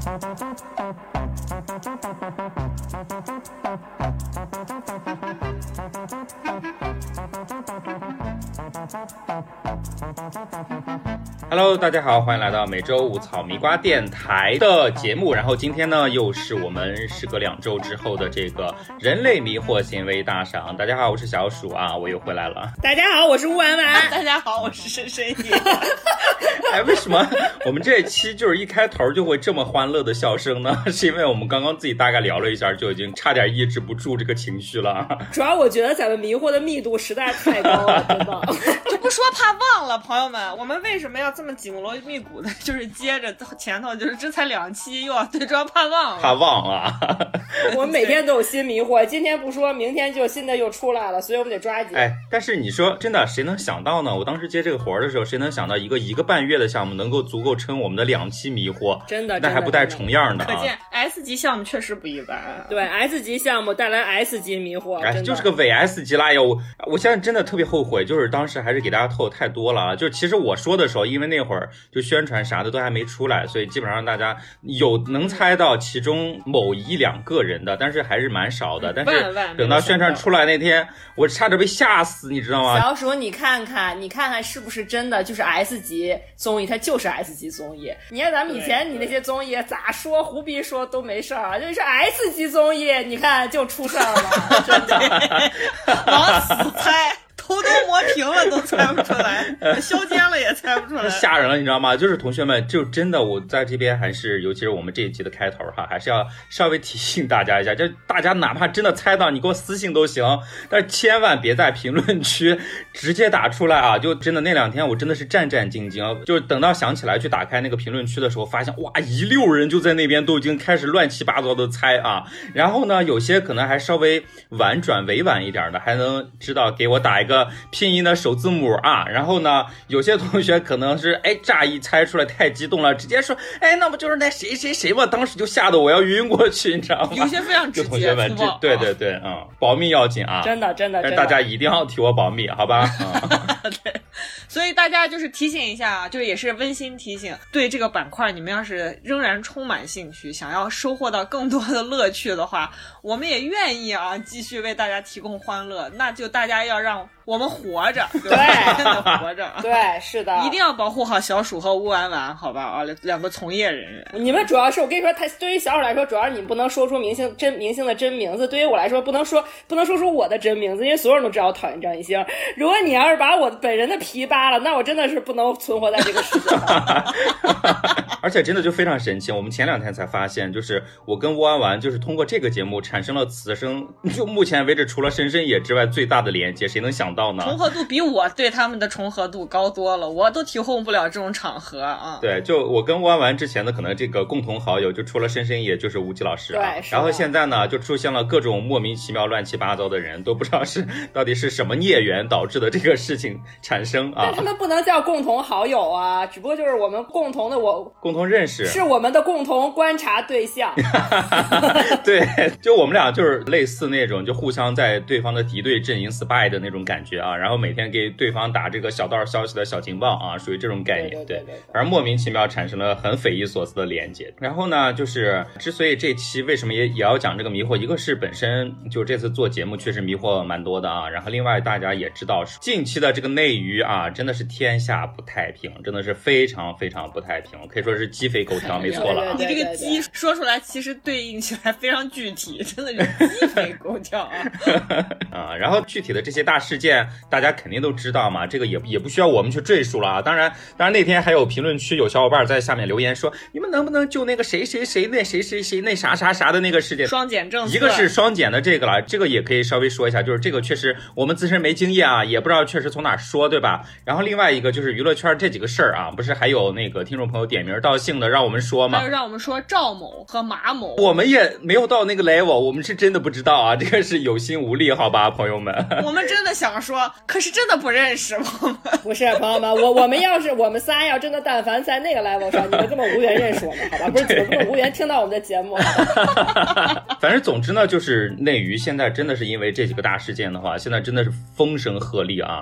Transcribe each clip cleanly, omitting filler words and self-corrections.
Hello， 大家好，欢迎来到每周五草迷瓜电台的节目。然后今天呢，又是我们时隔2周之后的这个人类迷惑行为大赏。大家好，我是小鼠啊，我又回来了。 大家好，我是乌丸丸。 大家好，我是深深野。 哎，为什么我们这一期就是一开头就会这么欢乐的笑声呢？是因为我们刚刚自己大概聊了一下，就已经差点抑制不住这个情绪了。 主要我觉得咱们迷惑的密度实在太高了，真的。 就不说怕忘了，朋友们，我们为什么要这么紧锣密鼓的？就是接着前头，就是这才2期又要对，主要怕忘了。 怕忘了。 我们每天都有新迷惑，今天不说，明天就新的又出来了，所以我们得抓紧。 哎，但是你说真的，谁能想到呢？我当时接这个活的时候，谁能想到一个半月的项目能够足够撑我们的2期迷惑？ 真的， 那还不带重样的啊！ 可见 S 级项目确实不一般。 对 ，S 级项目带来 S 级迷惑， 哎，就是个伪 S 级啦！我现在真的特别后悔，就是当时还是给大家透太多了啊！就是其实我说的时候，因为那会儿就宣传啥的都还没出来，所以基本上大家有能猜到其中某1-2个人的，但是还是蛮少的。但是等到宣传出来那天，我差点被吓死，你知道吗？ 小鼠，你看看是不是真的就是 S 级综艺？它就是 S 级综艺。你看咱们以前你那些综艺咋说胡逼说都没事儿，就是 S 级综艺，你看就出事儿了，真的。 往死猜。头都磨平了都猜不出来，削尖了也猜不出来， 吓人了，你知道吗？就是同学们，就真的我在这边还是，尤其是我们这一集的开头哈，还是要稍微提醒大家一下，就大家哪怕真的猜到，你给我私信都行，但是千万别在评论区直接打出来啊！就真的那2天我真的是战战兢兢，就是等到想起来去打开那个评论区的时候，发现哇，一溜人就在那边都已经开始乱七八糟的猜啊，然后呢，有些可能还稍微婉转委婉一点的，还能知道给我打一个拼音的首字母啊，然后呢，有些同学可能是乍一猜出来太激动了，直接说那不就是那谁谁谁吗？当时就吓得我要晕过去，你知道吗？ 有些非常直接， 同学们，对对对，保密要紧啊， 真的， 但大家一定要替我保密，好吧？ 对，所以大家就是提醒一下，就是也是温馨提醒，对这个板块你们要是仍然充满兴趣，想要收获到更多的乐趣的话，我们也愿意啊继续为大家提供欢乐，那就大家要让我们活着，对，真的活着， 对，是的， 一定要保护好小鼠和乌丸丸，好吧啊，2个从业人员。 你们主要是我跟你说，对于小鼠来说，主要是你不能说出明星的真名字，对于我来说，不能说出我的真名字，因为所有人都知道我讨厌张艺兴。如果你要是把我本人的皮扒了，那我真的是不能存活在这个世界上。 而且真的就非常神奇，我们前2天才发现，就是我跟乌丸丸就是通过这个节目产生了此生就目前为止除了深深野之外最大的连接，谁能想到呢？ 重合度比我对他们的重合度高多了，我都体会不了这种场合啊。 对，就我跟乌丸丸之前的可能这个共同好友就除了深深野就是吴奇老师啊，然后现在呢就出现了各种莫名其妙乱七八糟的人，都不知道到底是什么孽缘导致的这个事情产生啊。 但他们不能叫共同好友啊，只不过就是我们共同认识， 是我们的共同观察对象。 对，就我们俩就是类似那种就互相在对方的敌对阵营 spy 的那种感觉啊，然后每天给对方打这个小道消息的小情报啊，属于这种概念。对，而莫名其妙产生了很匪夷所思的连接。然后呢，就是之所以这期为什么也要讲这个迷惑，一个是本身就这次做节目确实迷惑蛮多的啊，然后另外大家也知道近期的这个内娱啊，真的是天下不太平，真的是非常非常不太平，可以说是鸡飞狗跳，没错了啊。 你这个鸡说出来其实对应起来非常具体，真的是鸡飞狗跳啊。 啊，然后具体的这些大事件大家肯定都知道嘛，这个也不需要我们去赘述了啊。当然那天还有评论区有小伙伴在下面留言说，你们能不能就那个谁谁谁那谁谁谁那啥啥啥的那个事件双减政策， 一个是双减的这个了，这个也可以稍微说一下，就是这个确实我们自身没经验啊，也不知道确实从哪说，对吧？然后另外一个就是娱乐圈这几个事儿啊，不是还有那个听众朋友点名道姓的让我们说吗？ 还有让我们说赵某和马某， 我们也没有到那个 level， 我们是真的不知道啊，这个是有心无力，好吧，朋友们。 我们真的想说，可是真的不认识，朋友们。 不是朋友们，我们仨要真的但凡在那个 level 上，你们根本无缘认识我们，好吧？不是，根本无缘听到我们的节目。 反正总之呢，就是内娱现在真的是因为这几个大事件的话，现在真的是风声鹤唳啊，就是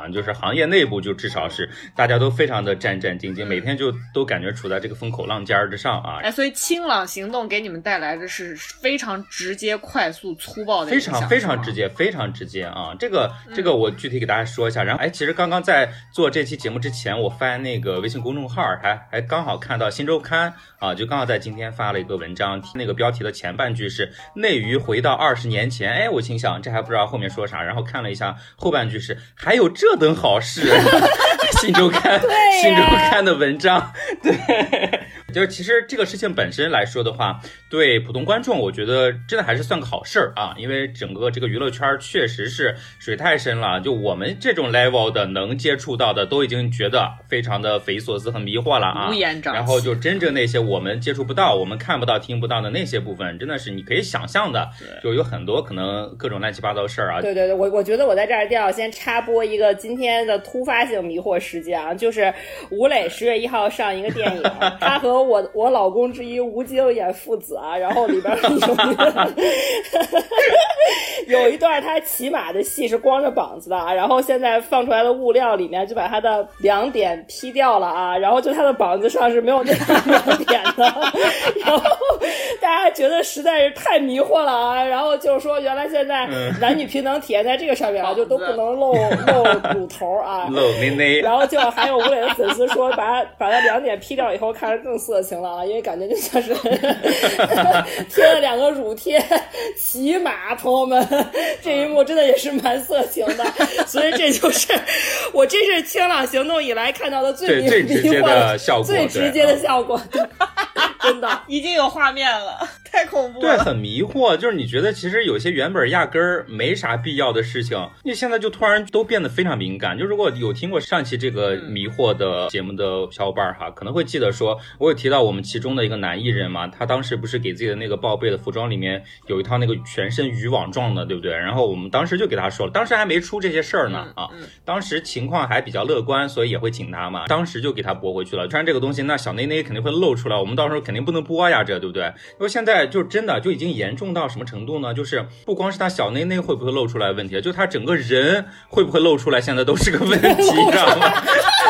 行业内部就至少是大家都非常的战战兢兢，每天就都感觉处在这个风口浪尖之上啊。 所以清朗行动给你们带来的是非常直接、快速、粗暴的影响， 非常直接，非常直接啊！这个我具体给大家说一下。然后其实刚刚在做这期节目之前，我翻那个微信公众号，还刚好看到新周刊啊，就刚好在今天发了一个文章，那个标题的前半句是内娱回到20年前，我心想这还不知道后面说啥，然后看了一下后半句是还有这等好事。新周刊的文章，对。就是其实这个事情本身来说的话，对普通观众我觉得真的还是算个好事啊，因为整个这个娱乐圈确实是水太深了，就我们这种 level 的能接触到的都已经觉得非常的匪夷所思很迷惑了啊， 乌烟瘴气。 然后就真正那些我们接触不到我们看不到听不到的那些部分，真的是你可以想象的，就有很多可能各种乱七八糟事儿啊。 对，我觉得我在这儿一定要先插播一个今天的突发性迷惑事件啊，就是吴磊10月1号上一个电影，他和我老公之一吴京演父子啊，然后里边有一段他骑马的戏是光着膀子的啊，然后现在放出来的物料里面就把他的2点P掉了啊，然后就他的膀子上是没有那2点的，然后大家觉得实在是太迷惑了啊，然后就是说原来现在男女平等体现在这个上面啊，就都不能露乳头啊， 露内内， 然后就还有吴磊的粉丝说把他2点P掉以后看着更色情了啊，因为感觉就像是贴了2个乳贴骑马，朋友们，这一幕真的也是蛮色情的，所以这就是我这是清朗行动以来看到的最直接的效果， 最直接的效果，真的已经有画面了，太恐怖了。 对，很迷惑，就是你觉得其实有些原本压根儿没啥必要的事情，你现在就突然都变得非常敏感。就如果有听过上期这个迷惑的节目的小伙伴哈，可能会记得说，我有提到我们其中的一个男艺人嘛，他当时不是给自己的那个报备的服装里面有一套那个全身渔网状的，对不对？然后我们当时就给他说了，当时还没出这些事儿呢啊，当时情况还比较乐观，所以也会请他嘛，当时就给他驳回去了。穿这个东西，那小内内肯定会露出来，我们到时候肯定不能播呀，这对不对？因为现在就真的就已经严重到什么程度呢？就是不光是他小内内会不会露出来问题，就他整个人会不会露出来，现在都是个问题，你知道吗？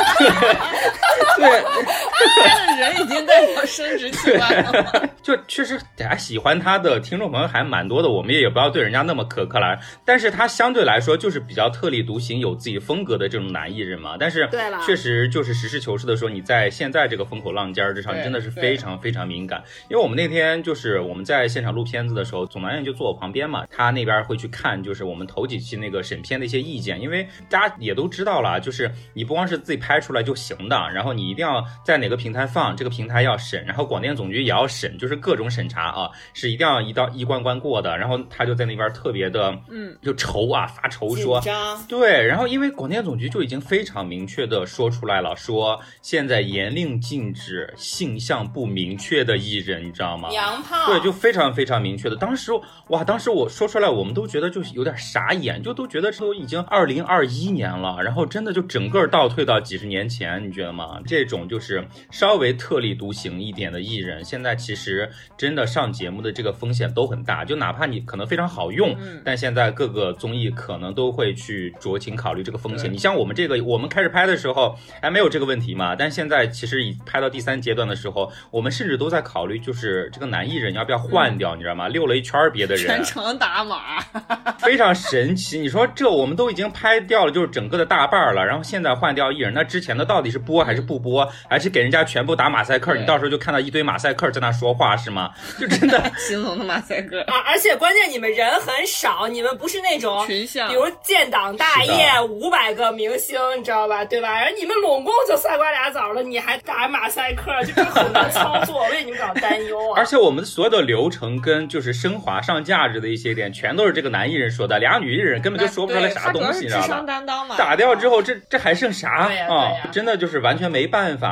对， 他的人已经代表生殖器官了。 就确实大家喜欢他的听众朋友还蛮多的，我们也不要对人家那么苛刻了。但是他相对来说就是比较特立独行，有自己风格的这种男艺人嘛。但是确实就是实事求是的说，你在现在这个风口浪尖之上，真的是非常非常敏感。因为我们那天就是我们在现场录片子的时候，总导演就坐我旁边嘛，他那边会去看就是我们头几期那个审片的一些意见，因为大家也都知道了，就是你不光是自己拍出来就行的，然后你一定要在哪个平台放，这个平台要审，然后广电总局也要审，就是各种审查啊，是一定要一关关过的。然后他就在那边特别的就愁啊，发愁说对，然后因为广电总局就已经非常明确的说出来了，说现在严令禁止性向不明确的艺人，你知道吗？ 娘炮。 对，就非常非常明确的。当时我说出来，我们都觉得就是有点傻眼，就都觉得这都已经2021年了，然后真的就整个倒退到几十年前，你觉得吗？这种就是稍微特立独行一点的艺人，现在其实真的上节目的这个风险都很大，就哪怕你可能非常好用，但现在各个综艺可能都会去酌情考虑这个风险。你像我们这个，我们开始拍的时候还没有这个问题嘛，但现在其实拍到第3阶段的时候，我们甚至都在考虑，就是这个男艺人要不要换掉，你知道吗？溜了一圈别的人， 全程打码， 非常神奇。你说这我们都已经拍掉了，就是整个的大半了，然后现在换掉艺人，那之前的到底是播还是不播，还是给人家全部打马赛克？你到时候就看到一堆马赛克在那说话是吗？就真的形容的马赛克啊！而且关键你们人很少，你们不是那种群像， 比如建党大业500个明星，你知道吧？对吧？然后你们拢共就3瓜俩枣了，你还打马赛克，就这很难操作，为你们感到担忧啊！ 而且我们所有的流程跟就是升华上价值的一些点，全都是这个男艺人说的，俩女艺人根本就说不出来啥东西，你知道吧？ 担当嘛， 打掉之后，这还剩啥对啊？真的就是完全没办法，所以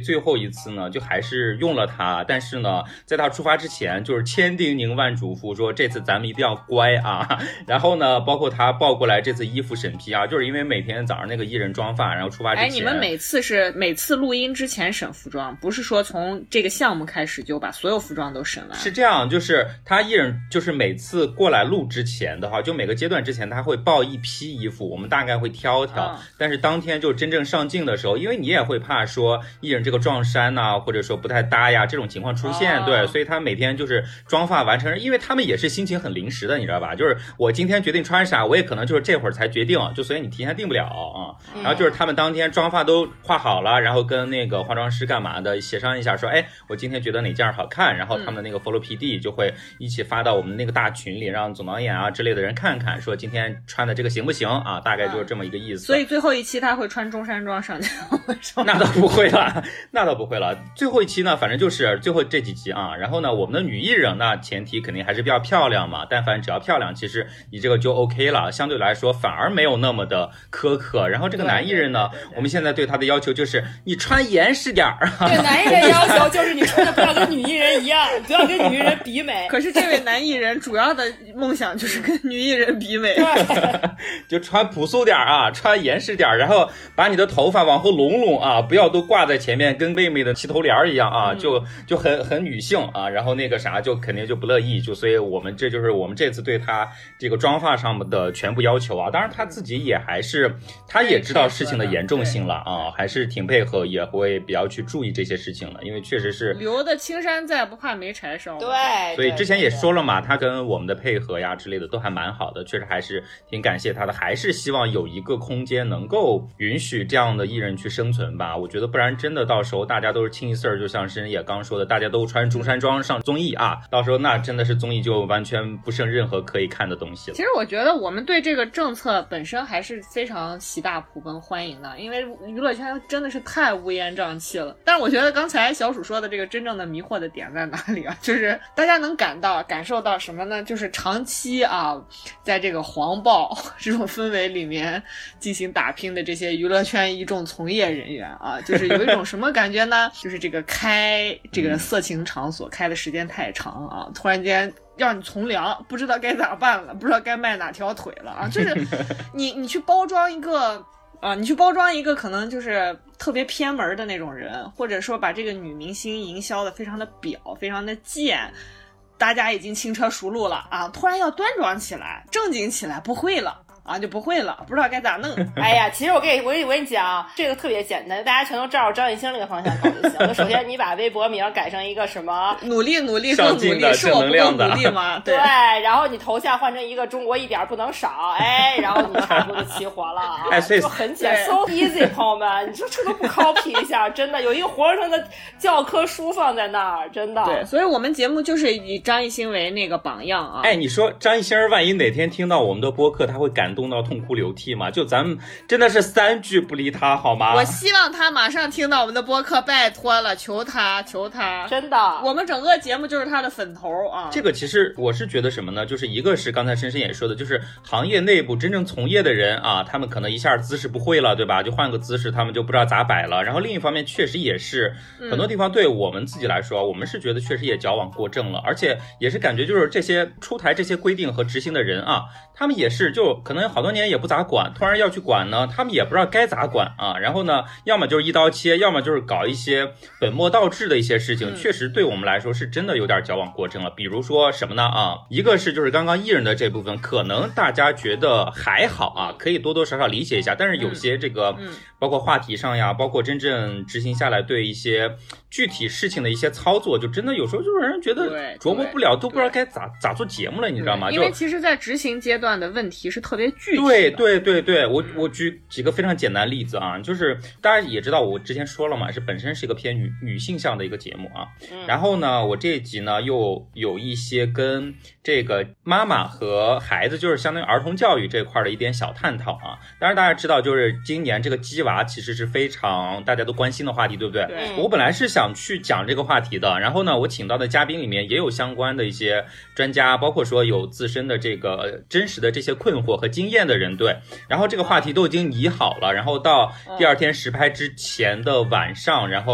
最后一次呢，就还是用了它，但是呢，在他出发之前，就是千叮咛万嘱咐说这次咱们一定要乖啊。然后呢，包括他报过来这次衣服审批啊，就是因为每天早上那个艺人妆发，然后出发之前， 你们每次录音之前审服装，不是说从这个项目开始就把所有服装都审完？ 是这样，就是他艺人就是每次过来录之前的话，就每个阶段之前他会报一批衣服，我们大概会挑，但是当天就真正上镜的时候，因为你也会怕说艺人这个撞衫呐，或者说不太搭呀这种情况出现，对，所以他每天就是妆发完成，因为他们也是心情很临时的，你知道吧？就是我今天决定穿啥，我也可能就是这会儿才决定，就所以你提前定不了啊。然后就是他们当天妆发都画好了，然后跟那个化妆师干嘛的协商一下，说，哎，我今天觉得哪件好看，然后他们的那个 follow PD 就会一起发到我们那个大群里，让总导演啊之类的人看看，说今天穿的这个行不行啊？大概就是这么一个意思。 所以最后一期他会穿中山装上去？ 那倒不会了，那倒不会了。最后一期呢，反正就是最后这几集啊。然后呢，我们的女艺人呢，前提肯定还是比较漂亮嘛。但凡只要漂亮，其实你这个就 OK 了，相对来说反而没有那么的苛刻。然后这个男艺人呢，我们现在对他的要求就是你穿严实点儿。 对，男艺人要求就是你穿的不要跟女艺人一样，不要跟女艺人比美。 可是这位男艺人主要的梦想就是跟女艺人比美， 就穿朴素点啊，穿严实点，然后把你的头发往后拢啊，不要都挂在前面，跟妹妹的齐头帘一样啊，就很女性啊。然后那个啥就肯定就不乐意，就所以我们这就是我们这次对他这个妆发上面的全部要求啊。当然他自己也还是他也知道事情的严重性了啊，还是挺配合，也会比较去注意这些事情了，因为确实是留的青山在，不怕没柴烧。 对， 所以之前也说了嘛，他跟我们的配合呀之类的都还蛮好的，确实还是挺感谢他的，还是希望有一个空间能够允许这样的艺人去生存吧。我觉得不然真的到时候大家都是清一色，就像申也刚说的，大家都穿中山装上综艺啊，到时候那真的是综艺就完全不剩任何可以看的东西了。 其实我觉得我们对这个政策本身还是非常喜大普奔欢迎的，因为娱乐圈真的是太乌烟瘴气了。但是我觉得刚才小鼠说的这个真正的迷惑的点在哪里啊？就是大家能感受到什么呢？就是长期啊，在这个黄暴这种氛围里面进行打拼的这些娱乐圈一众从业人员啊，就是有一种什么感觉呢？就是这个开这个色情场所开的时间太长啊，突然间让你从良，不知道该咋办了，不知道该迈哪条腿了啊！就是你去包装一个你去包装一个可能就是特别偏门的那种人，或者说把这个女明星营销的非常的表，非常的贱，大家已经轻车熟路了啊，突然要端庄起来，正经起来，不会了。就不会了，不知道该咋弄。 哎呀，其实我跟你讲，这个特别简单，大家全都照着张艺兴那个方向搞就行了。首先，你把微博名改成一个什么努力更努力，是我不够努力吗？对， 然后你头像换成一个中国一点不能少，然后你差不多就齐活了啊，就很简单 ，so easy， 朋友们，你说这都不 copy 一下，真的有一个活生生的教科书放在那儿，真的。 对，所以我们节目就是以张艺兴为那个榜样啊。 你说张艺兴万一哪天听到我们的播客，他会感动到痛哭流涕吗？就咱们真的是3句不离他好吗？ 我希望他马上听到我们的播客，拜托了，求他， 真的， 我们整个节目就是他的粉头啊。 这个其实我是觉得什么呢？就是一个是刚才深深也说的，就是行业内部真正从业的人啊，他们可能一下姿势不会了，对吧？就换个姿势，他们就不知道咋摆了。然后另一方面，确实也是很多地方对我们自己来说，我们是觉得确实也矫枉过正了，而且也是感觉就是这些出台这些规定和执行的人啊，他们也是就可能好多年也不咋管，突然要去管呢，他们也不知道该咋管啊。然后呢，要么就是一刀切，要么就是搞一些本末倒置的一些事情，确实对我们来说是真的有点矫枉过正了。比如说什么呢啊？一个是就是刚刚艺人的这部分，可能大家觉得还好啊，可以多多少少理解一下，但是有些这个包括话题上呀，包括真正执行下来对一些具体事情的一些操作，就真的有时候就让人觉得琢磨不了，都不知道该咋做节目了，你知道吗？ 因为其实在执行阶段的问题是特别具体的。对，我举几个非常简单的例子啊，就是大家也知道我之前说了嘛，是本身是一个偏女性向的一个节目啊，然后呢我这一集呢又有一些跟这个妈妈和孩子，就是相当于儿童教育这块的一点小探讨啊。当然大家知道就是今年这个鸡娃其实是非常大家都关心的话题，对不对？我本来是想去讲这个话题的，然后呢我请到的嘉宾里面也有相关的一些专家，包括说有自身的这个真实的这些困惑和经验的人，对，然后这个话题都已经拟好了，然后到第二天实拍之前的晚上，然后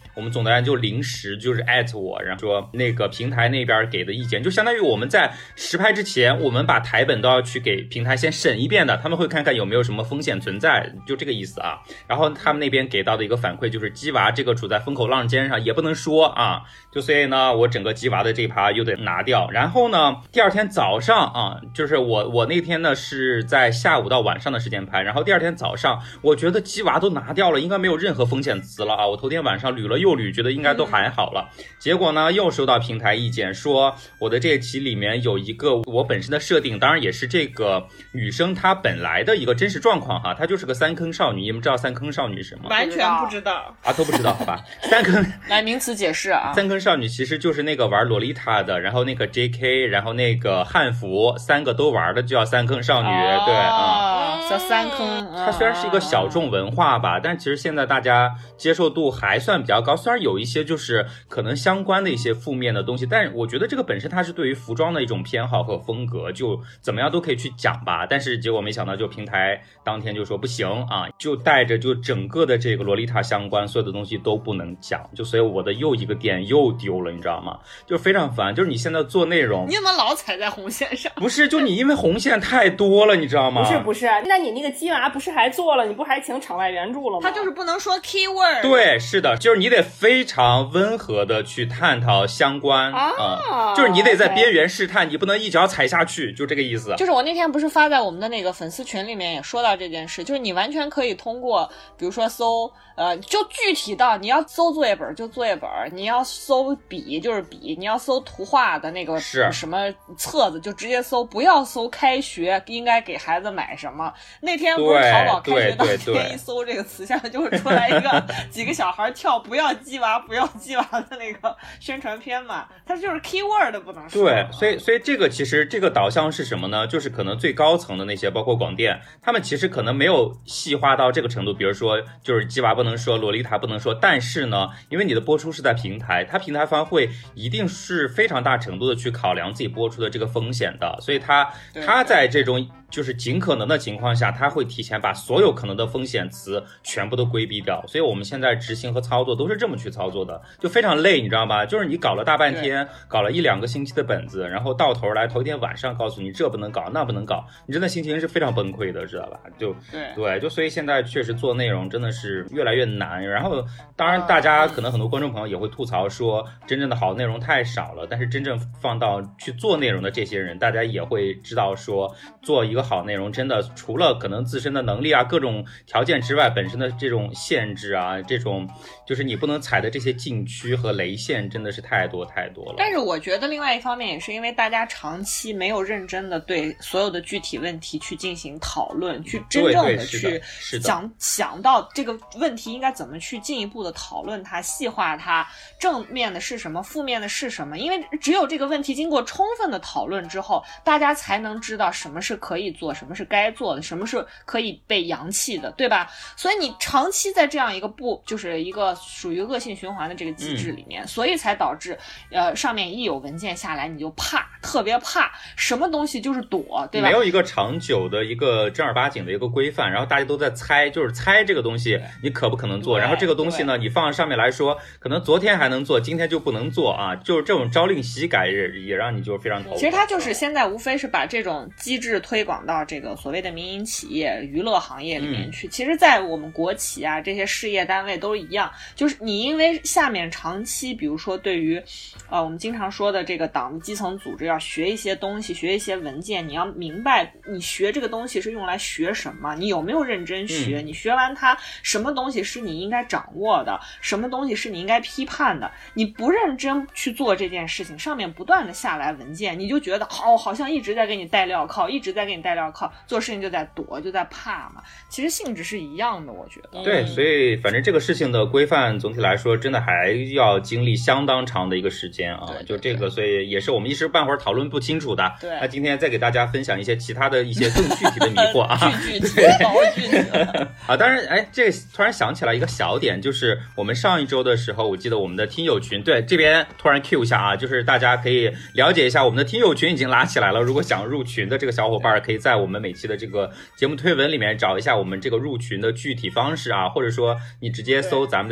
我们总导演就临时就是艾特我，然后说那个平台那边给的意见，就相当于我们在实拍之前，我们把台本都要去给平台先审一遍的，他们会看看有没有什么风险存在，就这个意思啊。然后他们那边给到的一个反馈就是鸡娃这个处在风口浪尖上，也不能说啊，就所以呢，我整个鸡娃的这一趴又得拿掉。然后呢，第二天早上啊，就是我那天呢是在下午到晚上的时间拍，然后第二天早上，我觉得鸡娃都拿掉了，应该没有任何风险词了啊。我头天晚上捋了又捋，觉得应该都还好了。结果呢，又收到平台意见说，我的这一期里面有一个我本身的设定，当然也是这个女生她本来的一个真实状况哈，她就是个三坑少女。你们知道三坑少女是吗？ 完全不知道啊，都不知道好吧？三坑来名词解释啊， 三坑少女其实就是那个玩洛丽塔的，然后那个 JK， 然后那个汉服，三个都玩的就叫三坑少女，对啊， 叫三坑。 它虽然是一个小众文化吧，但其实现在大家接受度还算比较高，虽然有一些就是可能相关的一些负面的东西，但是我觉得这个本身它是对于服装的一种偏好和风格，就怎么样都可以去讲吧。但是结果没想到，就平台当天就说不行啊，就带着就整个的这个洛丽塔相关所有的东西都不能讲，就所以我的又一个点又丢了，你知道吗？就非常烦，就是你现在做内容， 你怎么老踩在红线上？ 不是，就你因为红线太多了，你知道吗？ 不是，那你那个鸡娃不是还做了，你不还请场外援助了吗？ 他就是不能说 keyword。 对，是的，就是你得非常温和的去探讨相关就是你得在边缘试探，你不能一脚踩下去，就这个意思。 就是我那天不是发在我们的那个粉丝群里面也说到这件事，就是你完全可以通过比如说搜就具体到你要搜作业本就作业本，你要搜笔就是笔，你要搜图画的那个什么册子就直接搜，不要搜开学应该给孩子买什么。那天不是淘宝开学当天一搜这个词，下面就会出来一个几个小孩跳不要鸡娃不要鸡娃的那个宣传片嘛，它就是 keyword 不能说。 对，所以这个其实这个导向是什么呢？就是可能最高层的那些包括广电，他们其实可能没有细化到这个程度，比如说就是鸡娃不能说，洛丽塔不能说，但是呢，因为你的播出是在平台，它平台方会一定是非常大程度的去考量自己播出的这个风险的，所以他在这种就是尽可能的情况下，他会提前把所有可能的风险词全部都规避掉，所以我们现在执行和操作都是这么去操作的，就非常累，你知道吧？就是你搞了大半天，搞了1-2个星期的本子，然后到头来头一天晚上告诉你这不能搞那不能搞，你真的心情是非常崩溃的，知道吧？就所以现在确实做内容真的是越来越难。然后当然大家可能很多观众朋友也会吐槽说真正的好内容太少了，但是真正放到去做内容的这些人，大家也会知道说做一个好内容真的除了可能自身的能力啊各种条件之外，本身的这种限制啊，这种就是你不能踩的这些禁区和雷线真的是太多了。 但是我觉得另外一方面也是因为大家长期没有认真的对所有的具体问题去进行讨论，去真正的去想到这个问题应该怎么去进一步的讨论它，细化它，正面的是什么，负面的是什么，因为只有这个问题经过充分的讨论之后，大家才能知道什么是可以做，什么是该做的，什么是可以被扬弃的，对吧？所以你长期在这样一个就是一个属于恶性循环的这个机制里面，所以才导致上面一有文件下来你就特别怕什么东西就是躲，对吧？ 没有一个长久的一个正儿八经的一个规范，然后大家都在猜，就是猜这个东西你可不可能做，然后这个东西呢你放上面来说可能昨天还能做，今天就不能做啊，就是这种朝令夕改也让你就非常头疼。 其实它就是现在无非是把这种机制推广到这个所谓的民营企业娱乐行业里面去，其实在我们国企啊这些事业单位都一样，就是你因为下面长期比如说对于我们经常说的这个党的基层组织要学一些东西，学一些文件，你要明白你学这个东西是用来学什么，你有没有认真学，你学完它什么东西是你应该掌握的，什么东西是你应该批判的，你不认真去做这件事情，上面不断的下来文件，你就觉得好像一直在给你带镣铐，做事情就在躲就在怕嘛，其实性质是一样的，我觉得。 对，所以反正这个事情的规范总体来说真的还要经历相当长的一个时间啊，就这个所以也是我们一时半会儿讨论不清楚的。 对， 那今天再给大家分享一些其他的一些更具体的迷惑啊。 具体啊，当然这个突然想起来一个小点，就是我们上一周的时候我记得我们的听友群，对，这边突然 Q 一下啊，就是大家可以了解一下我们的听友群已经拉起来了，如果想入群的这个小伙伴可以在我们每期的这个节目推文里面找一下我们这个入群的具体方式啊，或者说你直接搜咱们的这个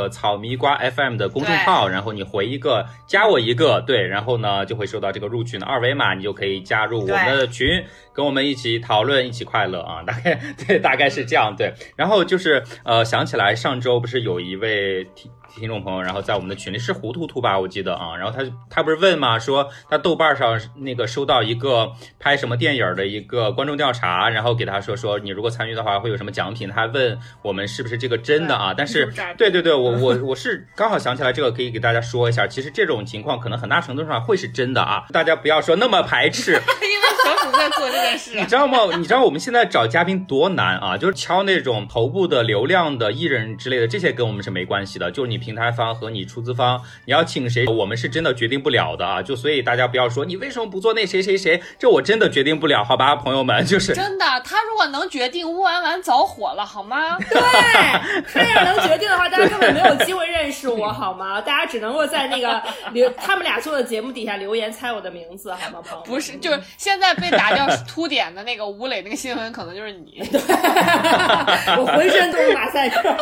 个草迷瓜 FM 的公众号，然后你回一个加我一个，对，然后呢就会收到这个入群的二维码，你就可以加入我们的群，跟我们一起讨论，一起快乐啊！大概是这样，对。然后就是想起来上周不是有一位听众朋友，然后在我们的群里是胡图图吧，我记得啊，然后他不是问嘛，说他豆瓣上那个收到一个拍什么电影的一个观众调查，然后给他说你如果参与的话会有什么奖品，他问我们是不是这个真的啊？但是对，我是刚好想起来这个可以给大家说一下，其实这种情况可能很大程度上会是真的啊，大家不要说那么排斥，因为小鼠在做这件事， 你知道吗？你知道我们现在找嘉宾多难啊，就是敲那种头部的流量的艺人之类的，这些跟我们是没关系的，就是你平台方和你出资方你要请谁，我们是真的决定不了的啊！就所以大家不要说你为什么不做那谁，这我真的决定不了，好吧，朋友们，就是真的，他如果能决定，乌丸丸早火了，好吗？ 对，他要能决定的话，大家根本没有机会认识我，好吗？大家只能够在那个他们俩做的节目底下留言猜我的名字，好吗，朋友们？ 不是，就是现在被打掉凸点的那个吴磊那个新闻，可能就是你。 对，我浑身都是马赛克。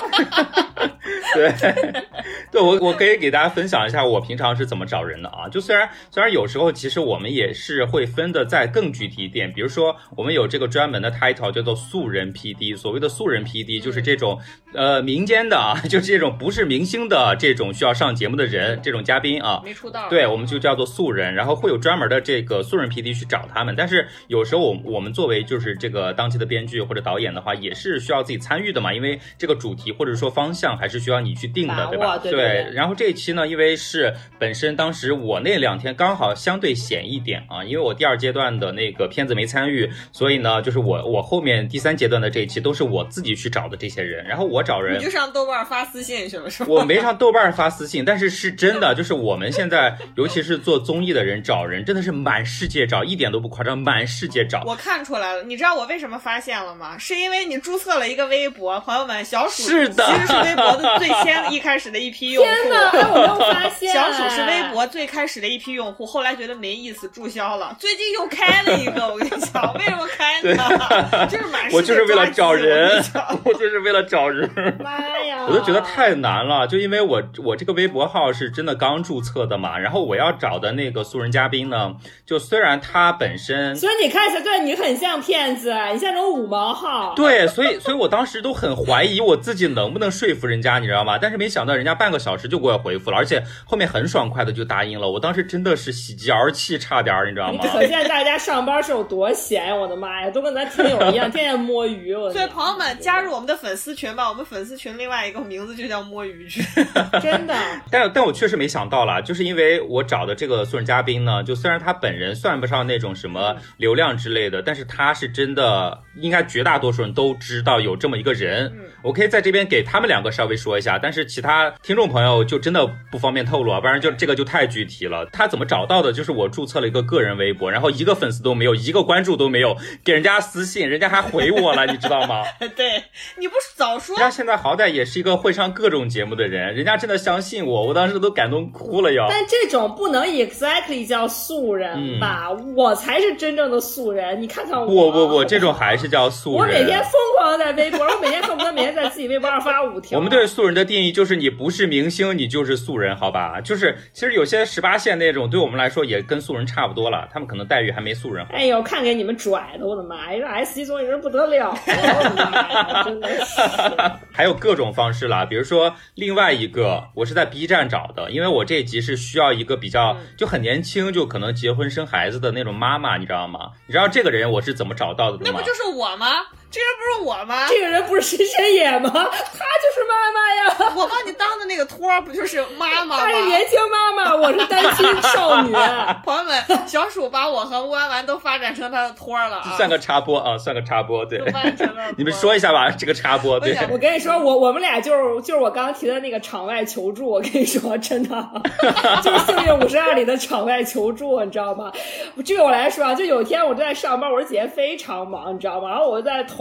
对，我可以给大家分享一下我平常是怎么找人的啊。就虽然有时候其实我们也是会分的再更具体一点，比如说我们有这个专门的 title 叫做素人 PD， 所谓的素人 PD 就是这种民间的啊，就是这种不是明星的这种需要上节目的人，这种嘉宾啊， 没出道， 对，我们就叫做素人，然后会有专门的这个素人 PD 去找他们。但是有时候我们作为就是这个当期的编剧或者导演的话，也是需要自己参与的嘛，因为这个主题或者说方向还是需要你去定的，对吧？对。然后这一期呢，因为是本身当时我那2天刚好相对闲一点啊，因为我第2阶段的那个片子没参与，所以呢，就是我后面第3阶段的这一期都是我自己去找的这些人，然后我找人， 你就上豆瓣发私信去了是吧？ 我没上豆瓣发私信，但是是真的，就是我们现在尤其是做综艺的人找人，真的是满世界找，一点都不夸张，满世界找。 我看出来了，你知道我为什么发现了吗？是因为你注册了一个微博，朋友们，小鼠是的， 其实是微博的最先一开始的一批用户。 天哪，我没有发现。 小鼠是微博最开始的一批用户，后来觉得没意思注销了，最近又开了一个。我跟你讲，为什么开呢？就是满世界我就是为了找人，我就是为了找人。 妈呀！ 我都觉得太难了，就因为我这个微博号是真的刚注册的嘛，然后我要找的那个素人嘉宾呢，就虽然他本身， 所以你看起来对你很像骗子，你像那种5毛号。 对，所以我当时都很怀疑我自己能不能说服人家，你知道吗？但是没想到人家半个小时就给我回复了，而且后面很爽快的就答应了。我当时真的是喜极而泣，差点你知道吗？ 你可见大家上班是有多闲，我的妈呀，都跟咱听友一样，天天摸鱼。 所以朋友们加入我们的粉丝群吧，我们粉丝群另外一个名字就叫摸鱼群， 真的。 但我确实没想到啦，就是因为我找的这个素人嘉宾呢，就虽然他本人算不上那种什么流量之类的，但是他是真的，应该绝大多数人都知道有这么一个人。我可以在这边给他们2个稍微说一下，但是其他听众朋友就真的不方便透露啊，不然就这个就太具体了。他怎么找到的？就是我注册了一个个人微博，然后1个粉丝都没有，1个关注都没有，给人家私信，人家还回我了，你知道吗？ 对，你不是早说？ 人家现在好歹也是一个会上各种节目的人，人家真的相信我，我当时都感动哭了要。 但这种不能 exactly 叫素人吧？我才是真正的素人，你看看我。 不，这种还是叫素人。 我每天疯狂在微博，我每天恨不得每天在自己微博上发5条。 我们对素人的定义就是你不是明星，你就是素人，好吧？就是其实有些18线那种，对我们来说也跟素人差不多了，他们可能待遇还没素人好。 哎呦，看给你们拽的，我的妈呀！这 S 级综艺人不得了，我的妈呀，真的是。 还有各种方式啦，比如说另外一个，我是在 B 站找的，因为我这一集是需要一个比较就很年轻，就可能结婚生孩子的那种妈妈，你知道吗？你知道这个人我是怎么找到的吗？ 那不就是我吗？这个人不是我吗？ 这个人不是神仙野吗？他就是妈妈呀！ 我帮你当的那个托不就是妈妈吗？ 她是年轻妈妈，我是单亲少女。 朋友们，小鼠把我和乌丸丸都发展成他的托了啊！ 算个插播啊，算个插播，对。你们说一下吧，这个插播。对， 我跟你说，我们俩就是我刚刚提的那个场外求助。我跟你说，真的，就是幸运52里的场外求助，你知道吗？对我来说啊，就有一天我正在上班，我这几天非常忙，你知道吗？然后我在头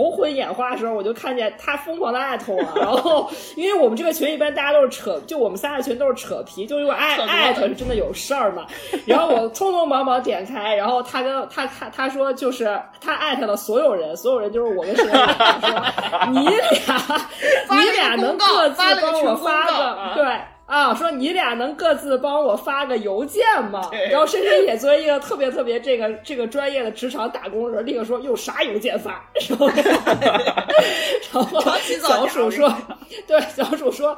头昏眼花的时候，我就看见他疯狂的艾特我，然后因为我们这个群一般大家都是扯，就我们仨的群都是扯皮，就如果艾特是真的有事儿嘛。然后我匆匆忙忙点开，然后他说就是他艾特了所有人就是我跟谁说你俩能各自帮我发个对。说你俩能各自帮我发个邮件吗？然后深深也作为一个特别这个专业的职场打工人，立刻说用啥邮件发？然后小鼠说，对，小鼠说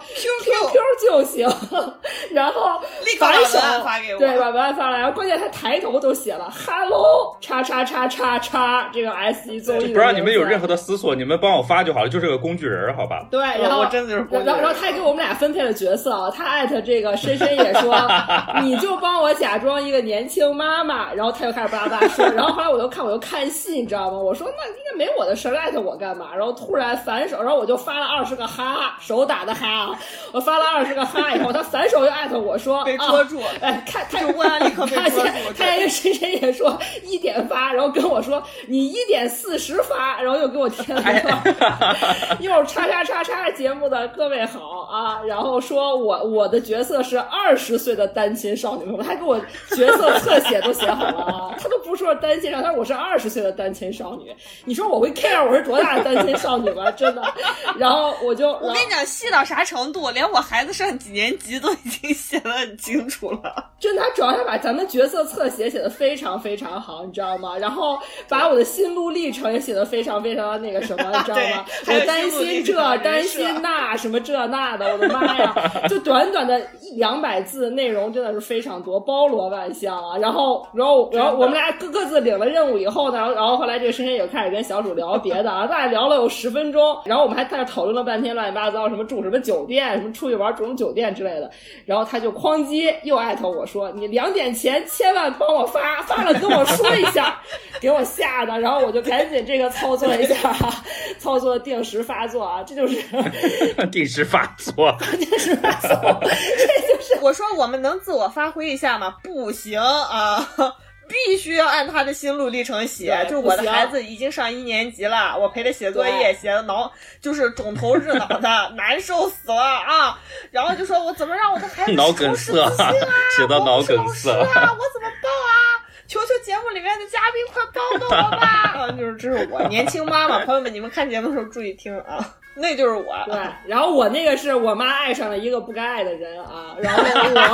QQ 就行，然后反手发给我， 对，把文案发来，然后关键他抬头都写了 Hello 叉叉叉叉叉这个 SE 综艺， 不让你们有任何的思索，你们帮我发就好了，就是个工具人，好吧？ 对，然后我真的就是工具人， 然后他还给我们俩分配了角色啊，他艾特这个深深也说你就帮我假装一个年轻妈妈，然后他又开始巴拉巴拉说，然后后来我就看戏，你知道吗？我说那应该没我的事，艾特我干嘛？然后突然反手，然后我就发了20个哈，手打的哈，我发了20个哈以后，他反手又艾特我说被捉住， 看他主观立刻被捉住， 他一个深深也说1点发，然后跟我说你1点40发，然后又给我添了一个又叉叉叉叉节目的各位好啊，然后说我的角色是20岁的单亲少女，他给我角色侧写都写好了啊，他都不说单亲少女，他说我是20岁的单亲少女，你说我会 care 我是多大的单亲少女吗？真的。然后我跟你讲细到啥程度，连我孩子上几年级都已经写得很清楚了。 真的，他主要是把咱们角色侧写得非常非常好，你知道吗？然后把我的心路历程也写得非常非常的那个什么，你知道吗？我担心这担心那什么这那的，我的妈呀！就短短的200字内容真的是非常多，包罗万象啊。然后我们俩各自领了任务以后呢，然后后来这个深深也开始跟小鼠聊别的啊，大概聊了有10分钟，然后我们还在那讨论了半天乱七八糟，什么住什么酒店，什么出去玩住什么酒店之类的。然后他就哐叽又艾特我说你2点前千万帮我发了跟我说一下，给我吓的，然后我就赶紧这个操作一下，操作定时发作啊，这就是定时发作， 定时发作，这就是我说我们能自我发挥一下吗？不行啊。必须要按他的心路历程写，就我的孩子已经上1年级了，我陪他写作业，写的就是肿头日脑的，难受死了啊！然后就说我怎么让我的孩子脑梗塞啊，写到脑梗塞啊，我怎么报啊？求求节目里面的嘉宾快帮帮我吧！啊，就是这是我年轻妈妈，朋友们，你们看节目的时候注意听啊。那就是我， 对，然后我那个是我妈爱上了一个不该爱的人啊，然后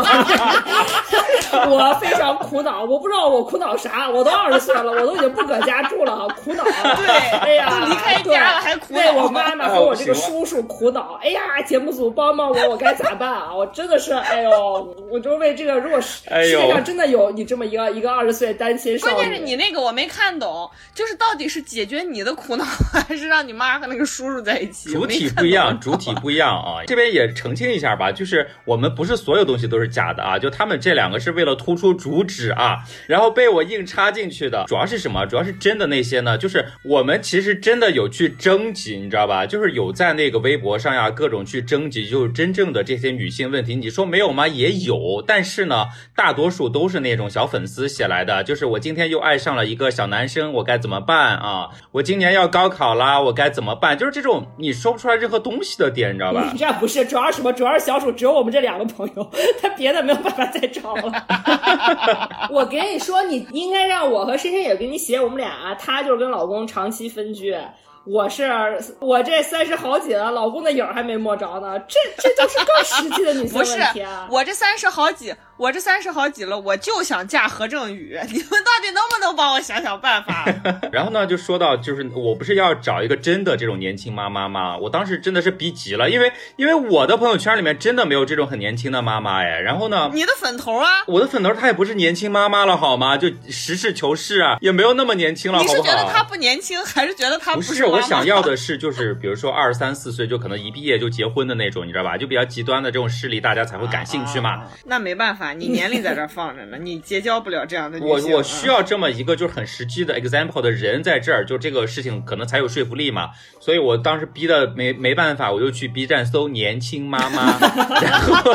我非常苦恼，我不知道我苦恼啥，我都20岁了，我都已经不搁家住了，苦恼， 对， 哎呀， 离开家了还苦恼， 为我妈妈和我这个叔叔苦恼，哎呀，节目组帮帮我该咋办啊？我真的是，哎呦，我就为这个，如果世界上真的有你这么一个20岁单亲少女， 关键是你那个我没看懂，就是到底是解决你的苦恼，还是让你妈和那个叔叔在一起？ 主体不一样，主体不一样啊！这边也澄清一下吧，就是我们不是所有东西都是假的啊，就他们这2个是为了突出主旨啊，然后被我硬插进去的。主要是什么？主要是真的那些呢，就是我们其实真的有去征集，你知道吧？就是有在那个微博上呀，各种去征集，就是真正的这些女性问题。你说没有吗？也有，但是呢，大多数都是那种小粉丝写来的，就是我今天又爱上了一个小男生，我该怎么办啊？我今年要高考啦，我该怎么办？就是这种你说不出来任何东西的点，你知道吧？ 这不是，主要是什么？主要是小鼠只有我们这2个朋友，他别的没有办法再找了。我跟你说，你应该让我和深深也给你写，我们俩，他就是跟老公长期分居。我这30好几了，老公的影还没摸着呢，这都是更实际的女性问题啊！ 我这30好几了，我就想嫁何正宇，你们到底能不能帮我想想办法？ 然后呢，就说到就是我不是要找一个真的这种年轻妈妈吗？我当时真的是逼急了，因为我的朋友圈里面真的没有这种很年轻的妈妈哎。然后呢， 你的粉头啊， 我的粉头她也不是年轻妈妈了好吗？就实事求是啊，也没有那么年轻了，好不好？ 你是觉得她不年轻，还是觉得她不是？我想要的是就是比如说23、24岁就可能一毕业就结婚的那种，你知道吧？就比较极端的这种事例，大家才会感兴趣嘛。 那没办法， 吧？你年龄在这放着呢，你结交不了这样的女性。 我需要这么一个就是很实际的 example 的人在这儿，就这个事情可能才有说服力嘛。所以我当时逼的没办法，我就去 B 站搜年轻妈妈，然后